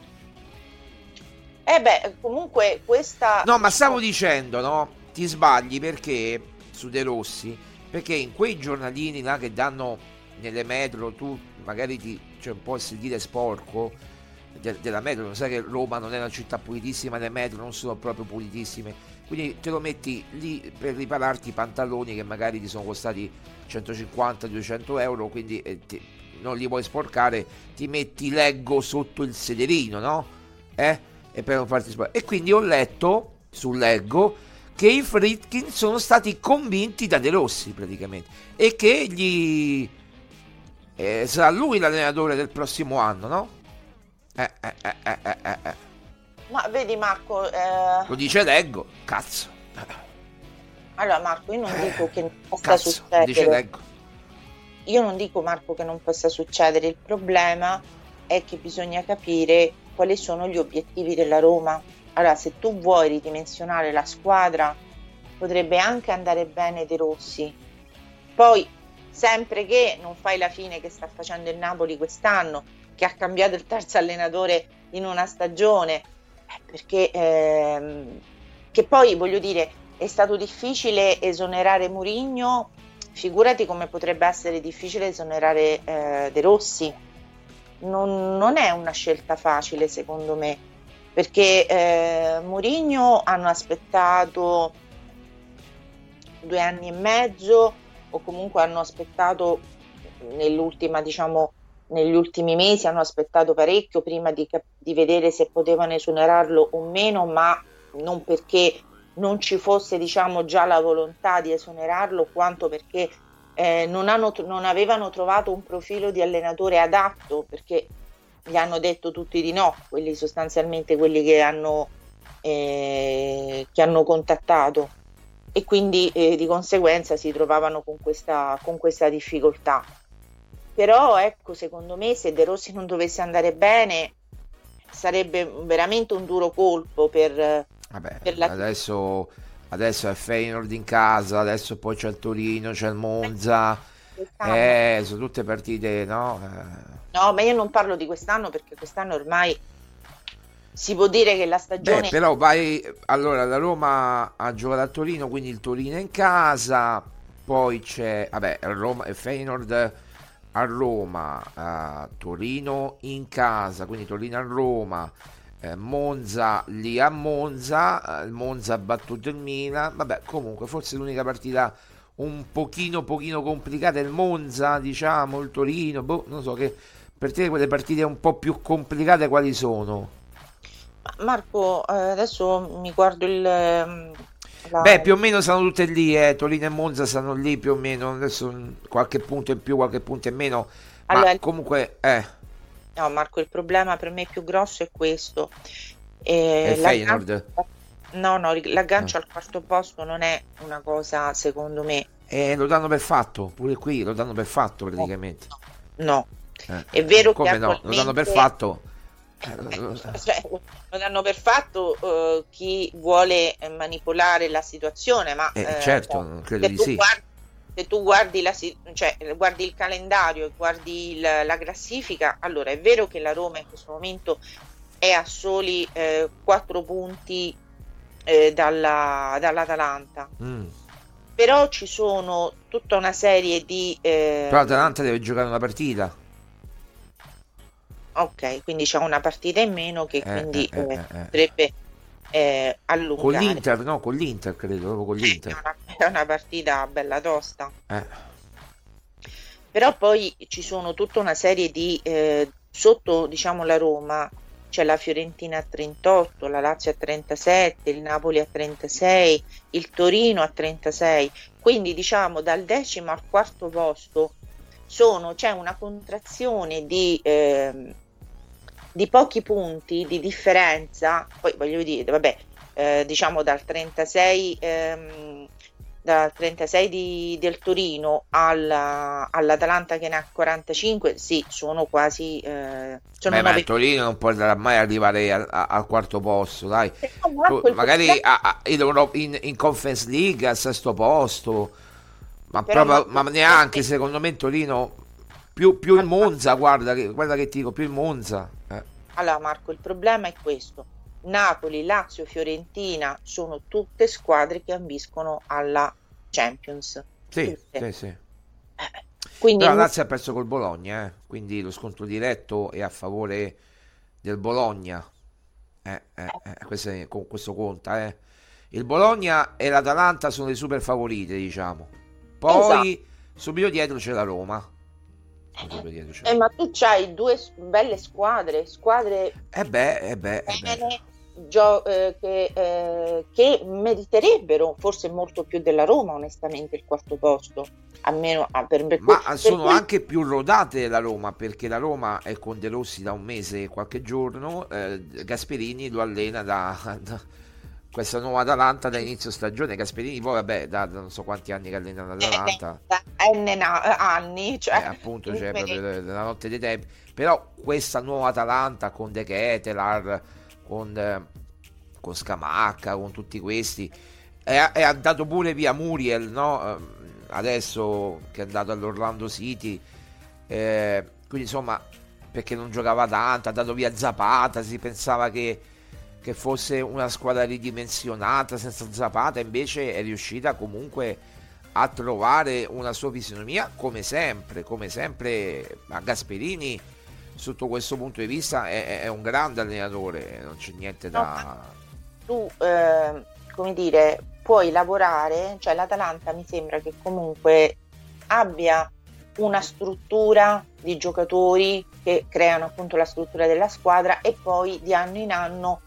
Eh beh, comunque questa... No, ma stavo dicendo, no? Ti sbagli perché, su De Rossi, perché in quei giornalini là che danno nelle metro, tu magari ti, cioè un po' il sedile sporco de, della metro, lo sai che Roma non è una città pulitissima, le metro non sono proprio pulitissime, quindi te lo metti lì per ripararti i pantaloni che magari ti sono costati centocinquanta duecento euro, quindi eh, ti, non li vuoi sporcare, ti metti Leggo sotto il sederino, no? Eh? E per non farti sporcare. E quindi ho letto su Leggo che i Friedkin sono stati convinti da De Rossi praticamente, e che gli eh, sarà lui l'allenatore del prossimo anno, no? Eh, eh, eh, eh, eh, eh. Ma vedi Marco, eh... lo dice Leggo, cazzo. Allora Marco, io non dico che non possa cazzo, succedere. Dice Leggo. Io non dico, Marco, che non possa succedere. Il problema è che bisogna capire quali sono gli obiettivi della Roma. Allora, se tu vuoi ridimensionare la squadra, potrebbe anche andare bene De Rossi. Poi, sempre che non fai la fine che sta facendo il Napoli quest'anno, che ha cambiato il terzo allenatore in una stagione, perché ehm, che poi, voglio dire, è stato difficile esonerare Mourinho, figurati come potrebbe essere difficile esonerare eh, De Rossi. Non, non è una scelta facile, secondo me, perché eh, Mourinho hanno aspettato due anni e mezzo, o comunque hanno aspettato nell'ultima, diciamo, negli ultimi mesi hanno aspettato parecchio prima di, di vedere se potevano esonerarlo o meno, ma non perché non ci fosse, diciamo, già la volontà di esonerarlo, quanto perché eh, non, hanno, non avevano trovato un profilo di allenatore adatto, perché gli hanno detto tutti di no, quelli sostanzialmente quelli che hanno, eh, che hanno contattato, e quindi eh, di conseguenza si trovavano con questa, con questa difficoltà. Però ecco, secondo me, se De Rossi non dovesse andare bene, sarebbe veramente un duro colpo per, Vabbè, per la... adesso, adesso è Feyenoord in casa, adesso poi c'è il Torino, c'è il Monza, eh, sono tutte partite, no? No, ma io non parlo di quest'anno, perché quest'anno ormai si può dire che la stagione... Beh, però vai, allora la Roma ha giocato a Torino, quindi il Torino è in casa, poi c'è, vabbè, Roma e Feyenoord a Roma, uh, Torino in casa, quindi Torino a Roma, eh, Monza lì a Monza, il Monza ha battuto il Milan, vabbè, comunque forse l'unica partita un pochino pochino complicata è il Monza, diciamo, il Torino, boh, non so, che per te quelle partite un po' più complicate quali sono? Marco, eh, adesso mi guardo il, La... Beh, più o meno stanno tutte lì, eh. Torino e Monza stanno lì più o meno, adesso qualche punto in più, qualche punto in meno, ma Allora, comunque eh. no, Marco, il problema per me più grosso è questo. È Eh, il l'aggancio, Feyenoord. no, no, l'aggancio Eh. al quarto posto non è una cosa, secondo me, Eh, lo danno per fatto, pure qui lo danno per fatto praticamente. no. Eh, È vero come che no? Lo danno per attualmente- fatto. Cioè, lo danno per fatto eh, chi vuole eh, manipolare la situazione, ma Eh, eh, certo, credo se di tu sì. guardi, se tu guardi, la, si- cioè, guardi il calendario e guardi il- la classifica, allora è vero che la Roma in questo momento è a soli eh, quattro punti eh, dalla- dall'Atalanta, Mm. però ci sono tutta una serie di eh, Però l'Atalanta deve giocare una partita. ok, quindi c'è una partita in meno che Eh, quindi eh, eh, eh, eh, eh. potrebbe eh, allungare. Con l'Inter, no, con l'Inter credo, proprio con È l'Inter. una, è una partita bella tosta. Eh. Però poi ci sono tutta una serie di eh, sotto, diciamo, la Roma c'è la Fiorentina a trentotto, la Lazio a trentasette, il Napoli a trentasei, il Torino a trentasei, quindi diciamo dal decimo al quarto posto sono, c'è una contrazione di, ehm, di pochi punti di differenza. Poi voglio dire, vabbè, eh, diciamo dal trentasei ehm, dal trentasei di, del Torino alla, all'Atalanta che ne ha quarantacinque, sì, sono quasi eh, sono Beh, ma nove- il Torino non potrà mai arrivare al, a- al quarto posto, dai. no, Marco, il Magari problema- a- a- in, Euro- in- in Conference League al sesto posto, ma, Però, proprio- ma- ma neanche secondo me il Torino, più, più il Monza, guarda che, guarda che ti dico, più il Monza. Eh. Allora Marco, il problema è questo: Napoli, Lazio, Fiorentina sono tutte squadre che ambiscono alla Champions. Sì, Tutte. sì, sì. Quindi Però la non- Lazio ha perso col Bologna, eh, quindi lo scontro diretto è a favore del Bologna. Eh, eh, eh, questo, è- con- questo conta, eh. Il Bologna e l'Atalanta sono le super favorite, diciamo. Poi subito dietro c'è la Roma. Subito dietro c'è la Eh, ma tu c'hai due s- belle squadre, squadre Eh beh, eh beh, eh beh. bene, gio- eh, che, eh, che meriterebbero forse molto più della Roma, onestamente, il quarto posto. Almeno ah, per, per Ma per sono cui- anche più rodate della Roma, perché la Roma è con De Rossi da un mese e qualche giorno, eh, Gasperini lo allena da, da questa nuova Atalanta da inizio stagione. Gasperini poi vabbè da, da non so quanti anni che allena l'Atalanta, da N na- anni, cioè, eh, appunto cioè, quindi- proprio della notte dei tempi. Però questa nuova Atalanta con De Ketelaar, con, eh, con Scamacca, con tutti questi, e, e ha dato pure via Muriel, no? Eh, adesso che è andato all'Orlando City, eh, quindi insomma, perché non giocava tanto, ha dato via Zapata, si pensava che, che fosse una squadra ridimensionata senza Zapata, invece è riuscita comunque a trovare una sua fisionomia, come sempre, come sempre. A Gasperini sotto questo punto di vista è, è un grande allenatore, non c'è niente da... tu eh, come dire, puoi lavorare, cioè l'Atalanta mi sembra che comunque abbia una struttura di giocatori che creano appunto la struttura della squadra e poi di anno in anno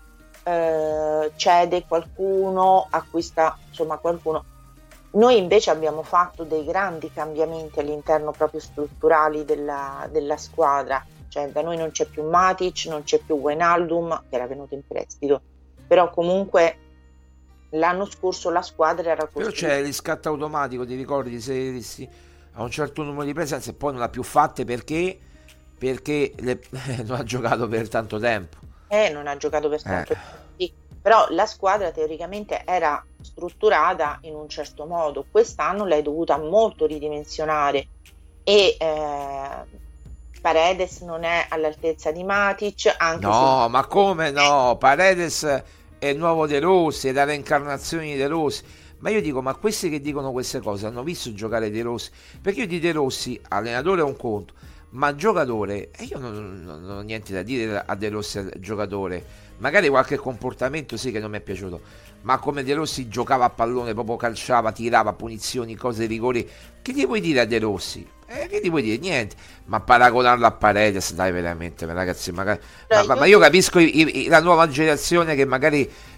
eh, cede qualcuno, acquista insomma qualcuno. Noi invece abbiamo fatto dei grandi cambiamenti all'interno proprio strutturali della, della squadra, cioè da noi non c'è più Matic, non c'è più Wijnaldum che era venuto in prestito, però comunque l'anno scorso la squadra era Però costruita. c'è il riscatto automatico, ti ricordi, se si- a un certo numero di presenze e poi non ha più fatte perché perché le- non ha giocato per tanto tempo. Eh, non ha giocato per tanto Eh. tempo, sì. Però la squadra teoricamente era strutturata in un certo modo, quest'anno l'hai dovuta molto ridimensionare e eh, Paredes non è all'altezza di Matic, anche No, se... ma come no? Paredes è il nuovo De Rossi, è la reincarnazione di De Rossi. Ma io dico, ma questi che dicono queste cose hanno visto giocare De Rossi? Perché io di De Rossi, allenatore è un conto, ma giocatore, e io non, non- non ho niente da dire a De Rossi, al giocatore. Magari qualche comportamento sì che non mi è piaciuto, ma come De Rossi giocava a pallone, proprio calciava, tirava punizioni, cose, rigori, che gli vuoi dire a De Rossi? Eh, che gli vuoi dire? Niente. Ma paragonarlo a Paredes, dai, veramente, ragazzi, magari... ma, ma- ma io capisco i- i- la nuova generazione che magari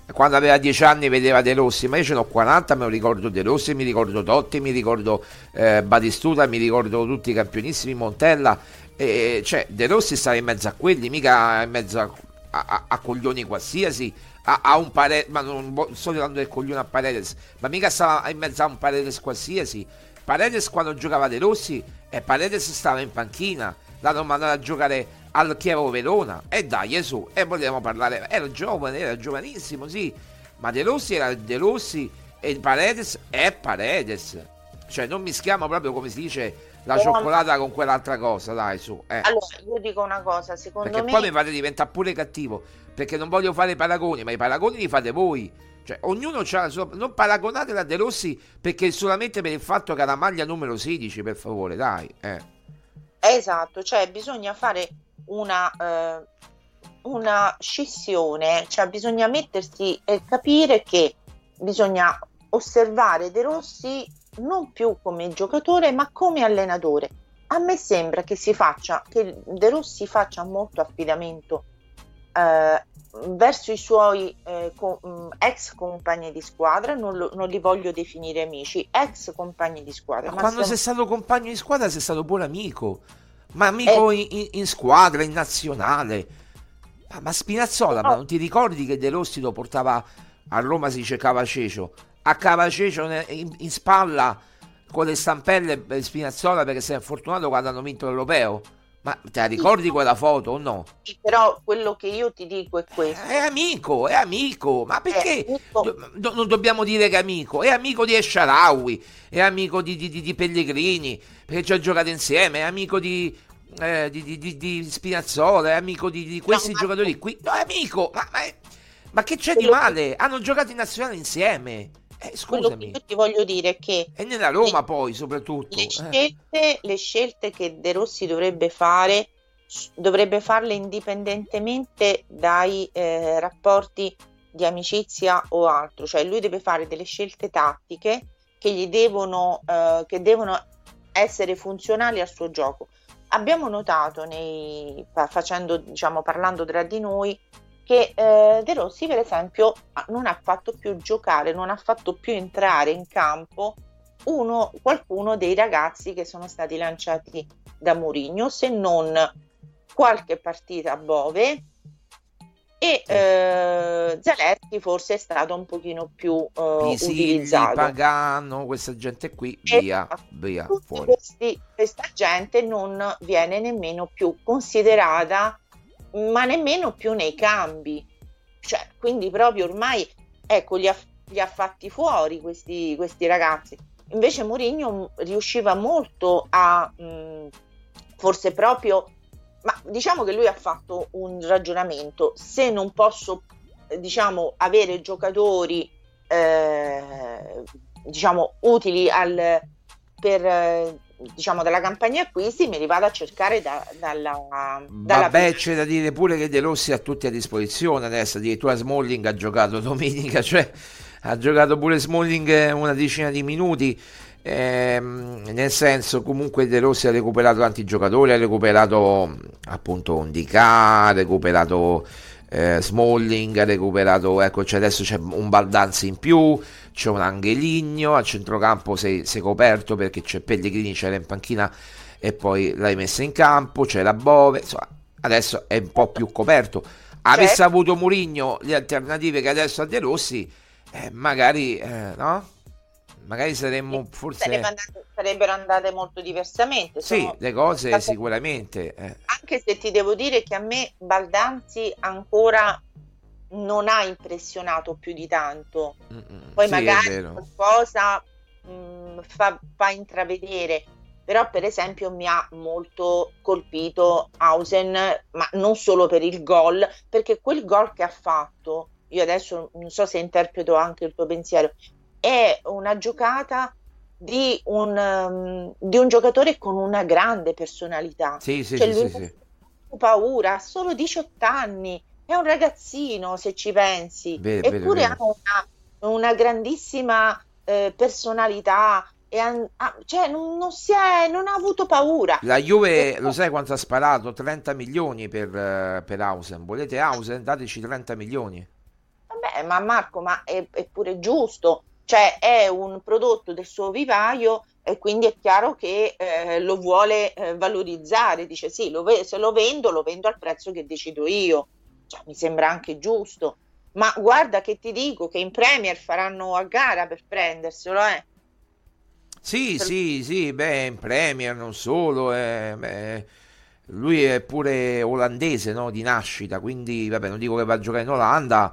quando aveva dieci anni vedeva De Rossi, ma io ce n'ho quaranta, me lo ricordo De Rossi, mi ricordo Totti, mi ricordo eh, Batistuta, mi ricordo tutti i campionissimi, Montella, e, cioè De Rossi stava in mezzo a quelli, mica in mezzo a, a, a coglioni qualsiasi, a, a un Paredes, ma non sto parlando del coglione a Paredes, ma mica stava in mezzo a un Paredes qualsiasi. Paredes quando giocava De Rossi, e Paredes stava in panchina, l'hanno mandato a giocare al Chievo Verona, e dai su, e vogliamo parlare, era giovane, era giovanissimo, sì, ma De Rossi era De Rossi e Paredes è Paredes, cioè non mischiamo proprio, come si dice, la Però, cioccolata con quell'altra cosa, dai su. Eh. Allora, io dico una cosa, secondo perché me... poi mi fate diventare pure cattivo, perché non voglio fare paragoni, ma i paragoni li fate voi. Cioè, ognuno c'ha la sua... Non paragonate la De Rossi perché solamente per il fatto che ha la maglia numero sedici, per favore, dai. Eh. Esatto, cioè bisogna fare una, eh, una scissione, cioè bisogna mettersi e capire che bisogna osservare De Rossi non più come giocatore ma come allenatore. A me sembra che si faccia, che De Rossi faccia molto affidamento eh, verso i suoi eh, com- ex compagni di squadra, non, lo, non li voglio definire amici, ex compagni di squadra. Ma, ma quando stiamo... sei stato compagno di squadra sei stato buon amico, ma amico eh. in, in squadra, in nazionale. Ma, ma Spinazzola, no. Ma non ti ricordi che De Rossi lo portava a Roma, si dice Cavacecio, a Cavacecio in, in spalla con le stampelle per Spinazzola perché si è infortunato quando hanno vinto l'Europeo? Ma te la ricordi quella foto o no? Sì, però quello che io ti dico è questo. È amico, è amico, ma perché do, non dobbiamo dire che è amico? È amico di Esharawi, è amico di, di, di Pellegrini, perché ci ha giocato insieme, è amico di, eh, di, di, di, di Spinazzola, è amico di, di questi no, giocatori ma... qui. No, è amico, ma, ma, ma che c'è di male? Hanno giocato in nazionale insieme. Eh, scusami. Io ti voglio dire che e nella Roma le, poi soprattutto le scelte, eh. le scelte che De Rossi dovrebbe fare dovrebbe farle indipendentemente dai eh, rapporti di amicizia o altro, cioè lui deve fare delle scelte tattiche che gli devono eh, che devono essere funzionali al suo gioco. Abbiamo notato nei facendo diciamo parlando tra di noi che eh, De Rossi per esempio non ha fatto più giocare, non ha fatto più entrare in campo uno, qualcuno dei ragazzi che sono stati lanciati da Mourinho, se non qualche partita a Bove, e eh, Zaleschi forse è stato un pochino più eh, Pisilli, utilizzato. Pagano, questa gente qui, via, e via, fuori. Questi, questa gente non viene nemmeno più considerata, ma nemmeno più nei cambi, cioè quindi proprio ormai ecco li ha, li ha fatti fuori questi, questi ragazzi. Invece Mourinho riusciva molto a mh, forse proprio, ma diciamo che lui ha fatto un ragionamento: se non posso diciamo avere giocatori eh, diciamo utili al per eh, diciamo dalla campagna acquisti, me li vado a cercare da, dalla, dalla vabbè, c'è da dire pure che De Rossi ha tutti a disposizione adesso, addirittura Smalling ha giocato domenica, cioè ha giocato pure Smalling una decina di minuti, ehm, nel senso comunque De Rossi ha recuperato tanti giocatori, ha recuperato appunto Ndicà, ha recuperato eh, Smalling, ha recuperato, ecco, cioè adesso c'è un Baldanzi in più, c'è un Angeligno, al centrocampo sei, sei coperto perché c'è Pellegrini, c'era in panchina e poi l'hai messa in campo, c'è la Bove, insomma adesso è un po' più coperto. Avesse certo. avuto Mourinho le alternative che adesso ha De Rossi, eh, magari eh, no? Magari saremmo forse Sarebbe andate, sarebbero andate molto diversamente. Sì, Sono le cose state... sicuramente eh. Anche se ti devo dire che a me Baldanzi ancora non ha impressionato più di tanto. Mm-mm, poi sì, magari qualcosa mh, fa, fa intravedere, però per esempio mi ha molto colpito Hausen, ma non solo per il gol, perché quel gol che ha fatto, io adesso non so se interpreto anche il tuo pensiero, è una giocata di un, um, di un giocatore con una grande personalità. Sì, sì, cioè, sì, lui sì, sì. ha paura, ha solo diciotto anni, è un ragazzino se ci pensi, bene, eppure bene, bene. ha una, una grandissima eh, personalità, e ha, ha, cioè non, non, si è, non ha avuto paura. La Juve, e... lo sai quanto ha sparato? trenta milioni per, uh, per Hausen. Volete Hausen? Dateci trenta milioni. Vabbè, Beh, ma Marco, ma è, è pure giusto, cioè è un prodotto del suo vivaio e quindi è chiaro che eh, lo vuole eh, valorizzare, dice sì, lo ve- se lo vendo, lo vendo al prezzo che decido io, cioè, mi sembra anche giusto, ma guarda che ti dico che in Premier faranno a gara per prenderselo, eh. Sì, per... sì, sì, beh, in Premier non solo, eh, beh, lui è pure olandese, no, di nascita, quindi vabbè, non dico che va a giocare in Olanda,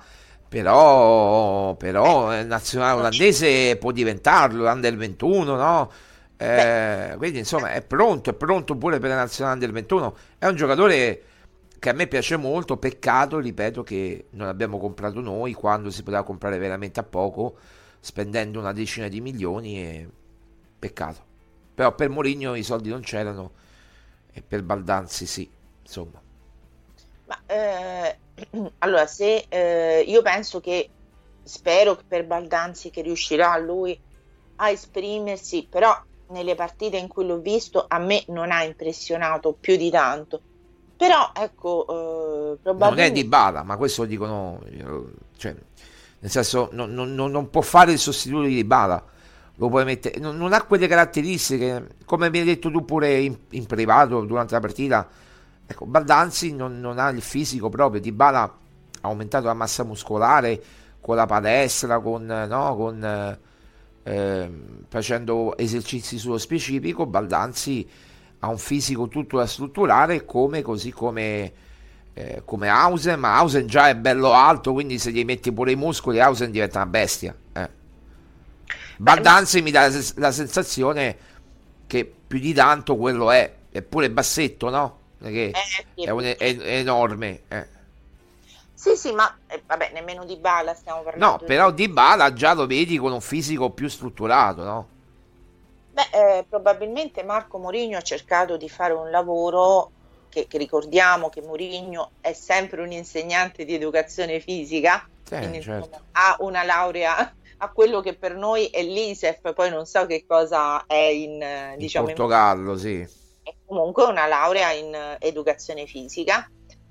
però, però il nazionale olandese può diventarlo, under ventuno, no? Eh, quindi insomma è pronto, è pronto pure per la nazionale under ventuno, è un giocatore che a me piace molto, peccato, ripeto, che non abbiamo comprato noi quando si poteva comprare veramente a poco, spendendo una decina di milioni, e peccato. Però per Mourinho i soldi non c'erano e per Baldanzi sì, insomma. Ma eh, allora, se eh, io penso che, spero che per Baldanzi che riuscirà lui a esprimersi, però nelle partite in cui l'ho visto a me non ha impressionato più di tanto. Però ecco, eh, probabilmente non è Dybala, ma questo lo dicono, cioè, nel senso non, non, non può fare il sostituto di Dybala, lo puoi mettere, non, non ha quelle caratteristiche, come mi hai detto tu pure in, in privato durante la partita. Ecco, Baldanzi non, non ha il fisico proprio. Dybala ha aumentato la massa muscolare con la palestra, con, no, con eh, facendo esercizi sullo specifico. Baldanzi ha un fisico tutto da strutturare, come così come eh, come Hausen, ma Hausen già è bello alto, quindi se gli metti pure i muscoli Hausen diventa una bestia. eh. Baldanzi mi dà la, la sensazione che più di tanto quello è, eppure bassetto, no? Che eh, sì, è, un, è, è enorme. Eh. Sì, sì, ma eh, vabbè, nemmeno Dybala stiamo parlando. No, però Dybala già lo vedi con un fisico più strutturato, no? Beh, eh, probabilmente Marco Mourinho ha cercato di fare un lavoro che, che ricordiamo che Mourinho è sempre un insegnante di educazione fisica, sì, quindi certo. insomma, ha una laurea a quello che per noi è l'I S E F, poi non so che cosa è in, in diciamo, Portogallo, in... sì. È comunque una laurea in educazione fisica.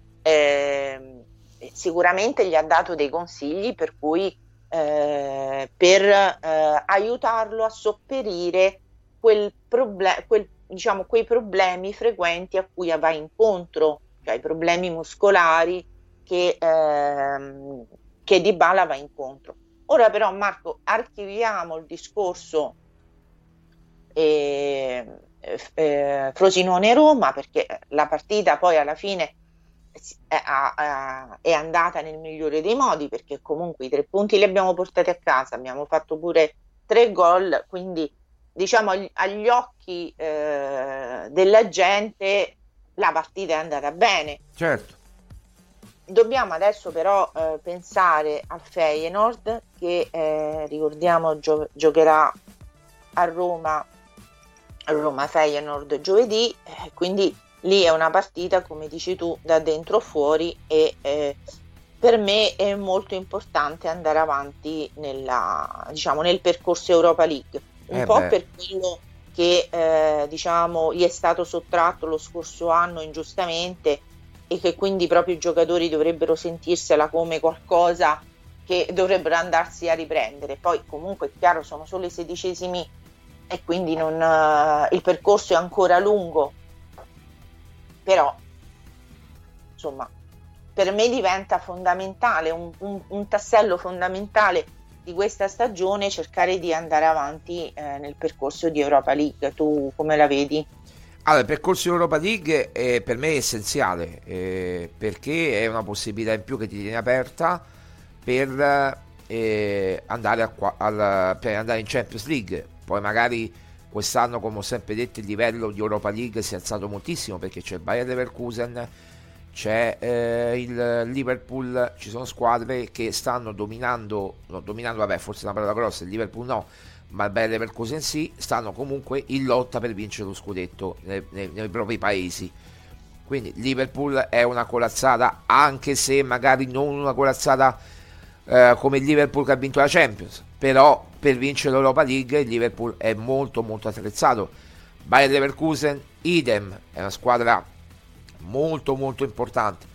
Eh, sicuramente gli ha dato dei consigli per cui eh, per eh, aiutarlo a sopperire quel proble- quel, diciamo, quei problemi frequenti a cui va incontro, cioè i problemi muscolari che, ehm, che Dybala va incontro. Ora però, Marco, archiviamo il discorso eh, eh, Frosinone-Roma, perché la partita poi alla fine è, è, è andata nel migliore dei modi, perché comunque i tre punti li abbiamo portati a casa, abbiamo fatto pure tre gol, quindi diciamo agli occhi eh, della gente la partita è andata bene. Certo. Dobbiamo adesso però eh, pensare al Feyenoord che eh, ricordiamo gio- giocherà a Roma, Roma Feyenoord giovedì, eh, quindi lì è una partita, come dici tu, da dentro fuori, e eh, per me è molto importante andare avanti nella, diciamo, nel percorso Europa League, un eh po' beh. per quello che eh, diciamo gli è stato sottratto lo scorso anno ingiustamente, e che quindi proprio i giocatori dovrebbero sentirsela come qualcosa che dovrebbero andarsi a riprendere. Poi comunque è chiaro, sono solo i sedicesimi e quindi non, uh, il percorso è ancora lungo, però insomma per me diventa fondamentale, un, un, un tassello fondamentale di questa stagione, cercare di andare avanti eh, nel percorso di Europa League. Tu come la vedi? Allora, il percorso di Europa League è, per me è essenziale, eh, perché è una possibilità in più che ti tiene aperta per, eh, andare, a, al, per andare in Champions League. Poi magari quest'anno, come ho sempre detto, il livello di Europa League si è alzato moltissimo, perché c'è il Bayer Leverkusen, c'è eh, il Liverpool, ci sono squadre che stanno dominando, no, dominando, vabbè, forse è una parola grossa, il Liverpool no, ma il Bayer Leverkusen sì, stanno comunque in lotta per vincere lo scudetto nei, nei, nei propri paesi. Quindi Liverpool è una corazzata, anche se magari non una corazzata eh, come il Liverpool che ha vinto la Champions, però per vincere l'Europa League il Liverpool è molto molto attrezzato. Bayer Leverkusen idem, è una squadra molto molto importante.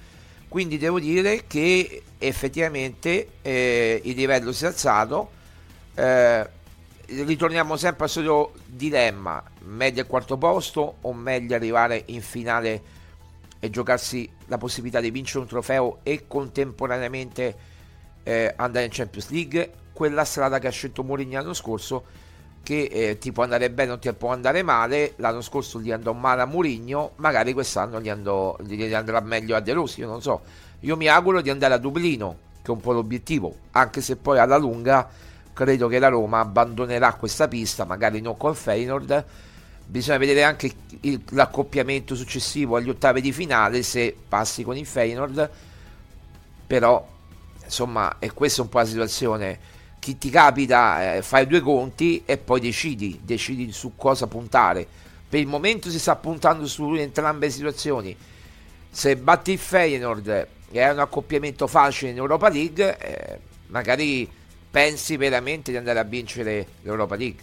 quindi devo dire che effettivamente eh, il livello si è alzato. eh, ritorniamo sempre al solito dilemma: meglio il quarto posto o meglio arrivare in finale e giocarsi la possibilità di vincere un trofeo e contemporaneamente eh, andare in Champions League? Quella strada che ha scelto Mourinho l'anno scorso, che eh, ti può andare bene o ti può andare male. L'anno scorso gli andò male a Mourinho, magari quest'anno gli, andò, gli andrà meglio a De Rossi, io non so. Io mi auguro di andare a Dublino, che è un po' l'obiettivo, anche se poi alla lunga credo che la Roma abbandonerà questa pista, magari non con Feyenoord. Bisogna vedere anche il, l'accoppiamento successivo agli ottavi di finale, se passi con il Feyenoord. Però insomma è questa un po' la situazione: chi ti capita, eh, fai due conti e poi decidi decidi su cosa puntare. Per il momento si sta puntando su entrambe le situazioni. Se batti il Feyenoord e è un accoppiamento facile in Europa League, eh, magari pensi veramente di andare a vincere l'Europa League.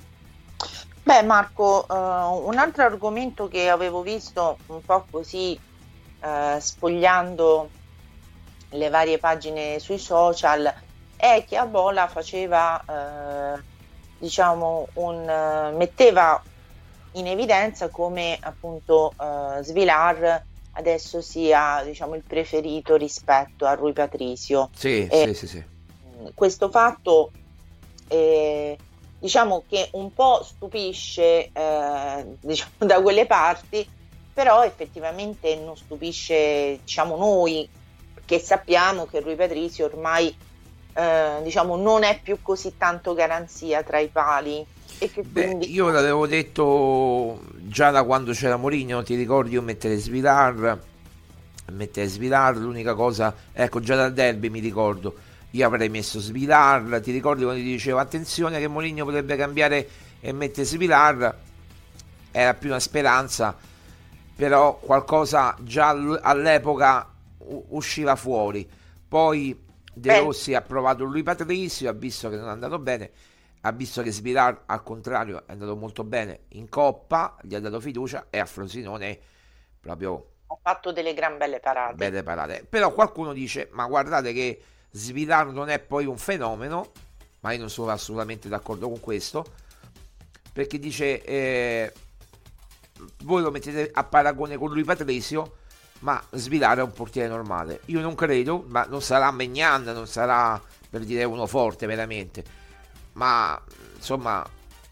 Beh Marco, uh, un altro argomento che avevo visto un po' così uh, spogliando le varie pagine sui social è che Abola faceva uh, diciamo un uh, metteva in evidenza come appunto uh, Svilar adesso sia, diciamo, il preferito rispetto a Rui Patricio. Sì, e sì, sì, sì. Questo fatto eh, diciamo che un po' stupisce eh, diciamo, da quelle parti, però effettivamente non stupisce, diciamo, noi che sappiamo che Rui Patricio ormai eh, diciamo non è più così tanto garanzia tra i pali. E che quindi... Beh, io l'avevo detto già da quando c'era Mourinho, ti ricordi, io mettere Svilar, mettere Svilar, l'unica cosa, ecco, già dal derby mi ricordo, io avrei messo Svilar. Ti ricordi quando ti dicevo attenzione che Mourinho potrebbe cambiare e mettere Svilar? Era più una speranza, però qualcosa già all'epoca usciva fuori. Poi De Rossi ha provato lui Patricio, ha visto che non è andato bene, ha visto che Svilar al contrario è andato molto bene in Coppa, gli ha dato fiducia, e a Frosinone proprio ha fatto delle gran belle parate. Belle parate. Però qualcuno dice: ma guardate che Svilar non è poi un fenomeno, ma io non sono assolutamente d'accordo con questo, perché dice eh, voi lo mettete a paragone con lui Patricio, ma Svilar è un portiere normale. Io non credo, ma non sarà Maignan, non sarà, per dire, uno forte veramente, ma insomma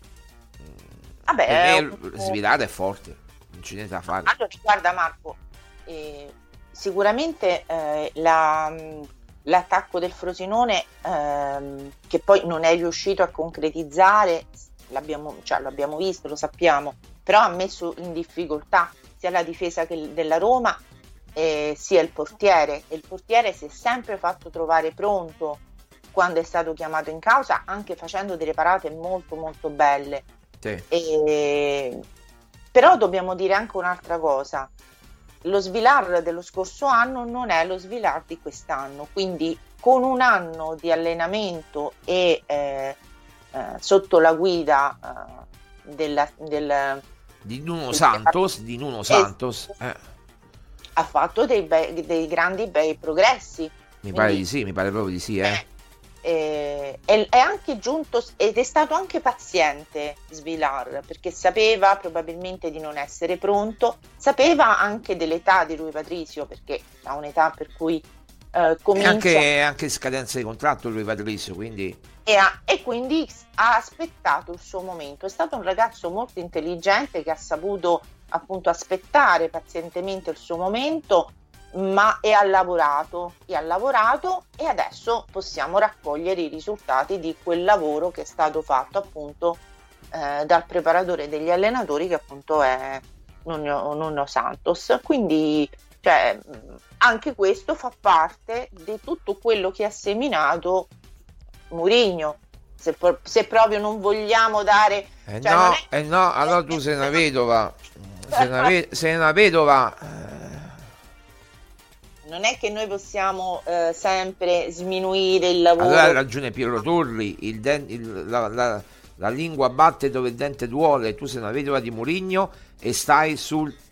vabbè, per me Svilar è forte, non c'è niente da fare. Allora, guarda Marco, eh, sicuramente eh, la, l'attacco del Frosinone ehm, che poi non è riuscito a concretizzare, l'abbiamo, cioè, l'abbiamo visto, lo sappiamo, però ha messo in difficoltà sia la difesa che della Roma eh, sia il portiere, e il portiere si è sempre fatto trovare pronto quando è stato chiamato in causa, anche facendo delle parate molto molto belle. Sì. E... però dobbiamo dire anche un'altra cosa: lo Svilar dello scorso anno non è lo Svilar di quest'anno, quindi con un anno di allenamento e eh, eh, sotto la guida eh, della, del, di Nuno Santos, di Nuno Santos eh. ha fatto dei, bei, dei grandi bei progressi. Mi quindi, pare di sì, mi pare proprio di sì, eh. Eh, è, è anche giunto ed è stato anche paziente Svilar, perché sapeva probabilmente di non essere pronto, sapeva anche dell'età di Rui Patricio, perché ha un'età per cui eh, comincia... anche, anche scadenza di contratto Rui Patricio, quindi... E, ha, e quindi ha aspettato il suo momento. È stato un ragazzo molto intelligente che ha saputo appunto aspettare pazientemente il suo momento, ma e ha lavorato e ha lavorato e adesso possiamo raccogliere i risultati di quel lavoro che è stato fatto appunto eh, dal preparatore degli allenatori, che appunto è Nuno, Nuno Santos. Quindi cioè, anche questo fa parte di tutto quello che ha seminato Mourinho, se, se proprio non vogliamo dare eh cioè no, è... eh no, allora tu sei una vedova, sei una, ve- sei una vedova non è che noi possiamo eh, sempre sminuire il lavoro. Allora ha ragione Piero Torri, il den- il, la, la, la lingua batte dove il dente duole. Tu sei una vedova di Mourinho e stai sul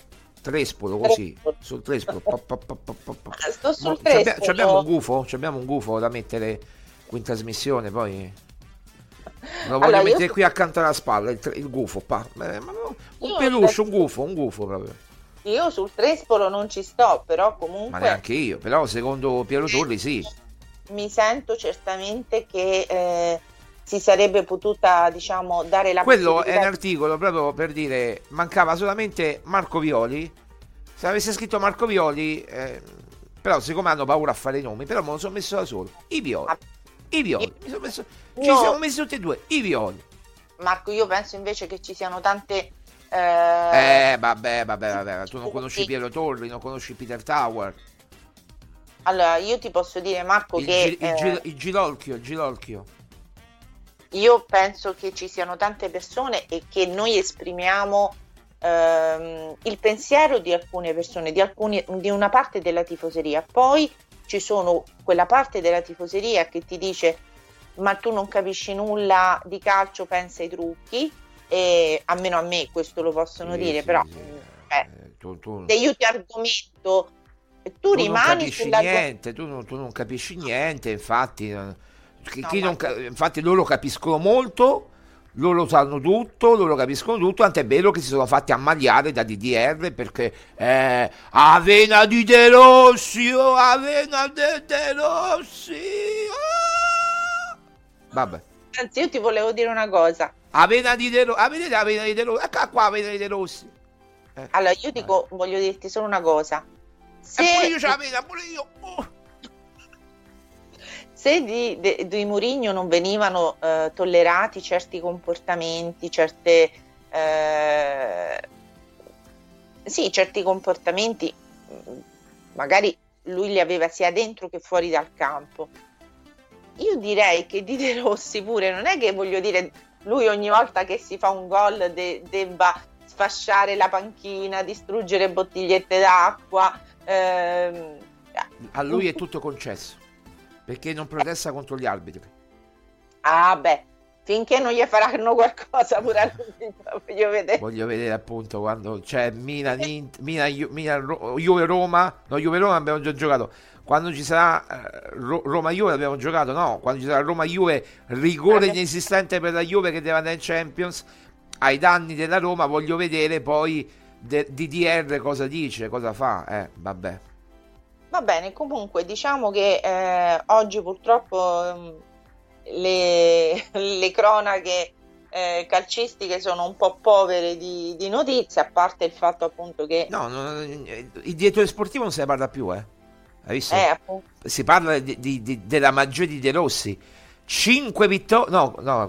Trespolo così, Trespolo. sul Trespolo. Pa, pa, pa, pa, pa, pa. Sto sul Ma, Trespolo. Ci abbiamo un gufo? Ci abbiamo un gufo da mettere qui in trasmissione, poi lo voglio allora, mettere io... qui accanto alla spalla, il, il gufo, pa. Eh, ma no, un peluche, un gufo, un gufo proprio. Io sul Trespolo non ci sto, però comunque... Ma neanche io, però secondo Piero Torri sì. Mi sento certamente che eh, si sarebbe potuta, diciamo, dare la Quello possibilità... è un articolo proprio per dire, mancava solamente Marco Violi. Se avesse scritto Marco Violi, eh, però siccome hanno paura a fare i nomi, però me lo sono messo da solo. I Violi. Ah. I Violi. Mi sono messo... no. Ci siamo messi tutti e due, i Violi. Marco, io penso invece che ci siano tante... Eh, eh vabbè, vabbè, vabbè, tu non conosci Piero Torri, non conosci Peter Tower. Allora, io ti posso dire, Marco, il che... Gi- il, gi- eh, il Gilolchio, il Gilolchio. Io penso che ci siano tante persone e che noi esprimiamo ehm, il pensiero di alcune persone, di, alcuni, di una parte della tifoseria. Poi ci sono quella parte della tifoseria che ti dice ma tu non capisci nulla di calcio, pensa ai trucchi. E almeno a me questo lo possono sì, dire, sì, però sì. Eh, tu, tu, se io ti argomento tu, tu rimani non capisci sulla... niente, tu non, tu non capischi niente, infatti, chi, no, chi non, infatti loro capiscono molto, loro sanno tutto, loro capiscono tutto, tant'è vero che si sono fatti ammaliare da D D R perché eh, Avena di De Rossi, oh, Avena di De Rossi, oh! Vabbè. Anzi, io ti volevo dire una cosa. Avena di De Rossi, ah, vedete Avena di De Rossi, ecco qua Avena di De Rossi. Eh. Allora, io dico, eh. voglio dirti solo una cosa. Se... E pure io ce l'avena, pure io. Oh. Se di, di, di Mourinho non venivano eh, tollerati certi comportamenti, certe... Eh, sì, certi comportamenti, magari lui li aveva sia dentro che fuori dal campo. Io direi che di De Rossi pure, non è che voglio dire... Lui ogni volta che si fa un gol de- debba sfasciare la panchina, distruggere bottigliette d'acqua. Ehm... A lui è tutto concesso, perché non protesta contro gli arbitri. Ah beh, finché non gli faranno qualcosa pure a lui, voglio vedere. Voglio vedere appunto quando c'è Milan, Milan, Milan Juve Roma, no Juve Roma abbiamo già giocato. Quando ci sarà uh, Roma-Juve abbiamo giocato, no, quando ci sarà Roma-Juve rigore inesistente per la Juve che deve andare in Champions ai danni della Roma, voglio vedere poi D D R cosa dice, cosa fa, eh, vabbè. Va bene, comunque diciamo che eh, oggi purtroppo le, le cronache eh, calcistiche sono un po' povere di, di notizie, a parte il fatto appunto che... No, no il direttore sportivo non se ne parla più, eh. Hai visto? Eh, si parla di, di, di, della magia di De Rossi. cinque vittorie, no, no,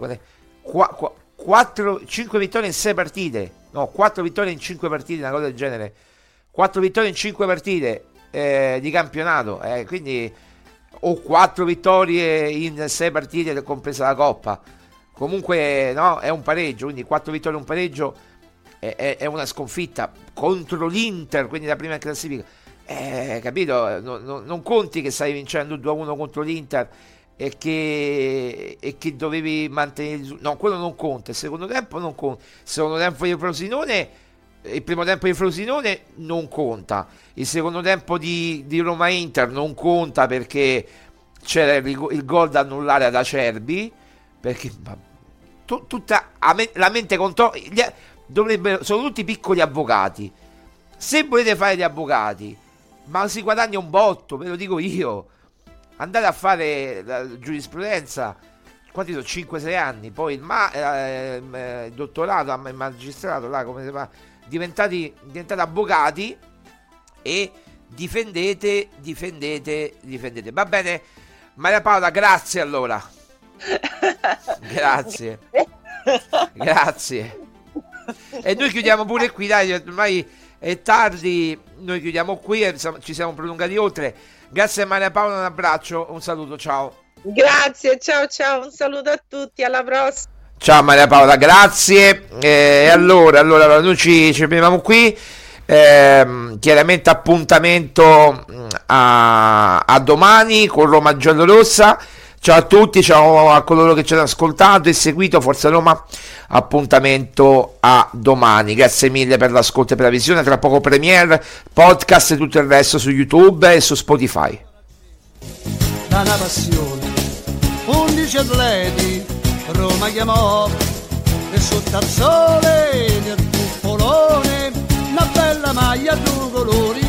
quattro, cinque vittorie in sei partite, no, quattro vittorie in cinque partite, una cosa del genere. quattro vittorie in cinque partite eh, di campionato, eh, quindi o quattro vittorie in sei partite, compresa la Coppa. Comunque, no, è un pareggio, quindi quattro vittorie e un pareggio è, è, è una sconfitta contro l'Inter, quindi la prima in classifica. Eh, capito? No, no, non conti che stai vincendo due a uno contro l'Inter e che, e che dovevi mantenere. No, quello non conta. Il secondo tempo non conta. Il secondo tempo di Frosinone, il primo tempo di Frosinone non conta. Il secondo tempo di, di Roma Inter non conta perché c'era il, il gol da annullare ad Acerbi. Perché tu, tutta la mente contro. Dovrebbero, sono tutti piccoli avvocati. Se volete fare gli avvocati, ma si guadagna un botto, ve lo dico io. Andate a fare la giurisprudenza, quanti sono? cinque sei anni, poi il, ma, eh, il dottorato, il magistrato, là, come si fa? Diventati, diventate avvocati e difendete, difendete, difendete. Va bene, Maria Paola, grazie allora. Grazie. Grazie. E noi chiudiamo pure qui, dai, ormai è tardi, noi chiudiamo qui, ci siamo prolungati oltre. Grazie a Maria Paola, un abbraccio, un saluto, ciao. Grazie, ciao ciao, un saluto a tutti, alla prossima. Ciao Maria Paola, grazie. E eh, allora, allora noi ci, ci fermiamo qui. Eh, chiaramente appuntamento a, a domani con Roma Giallorossa. Ciao a tutti, ciao a coloro che ci hanno ascoltato e seguito Forza Roma, appuntamento a domani, grazie mille per l'ascolto e per la visione, tra poco premiere, podcast e tutto il resto su YouTube e su Spotify. Da una passione, undici atleti, Roma chiamò, e sotto al sole del cupolone, una bella maglia a due colori.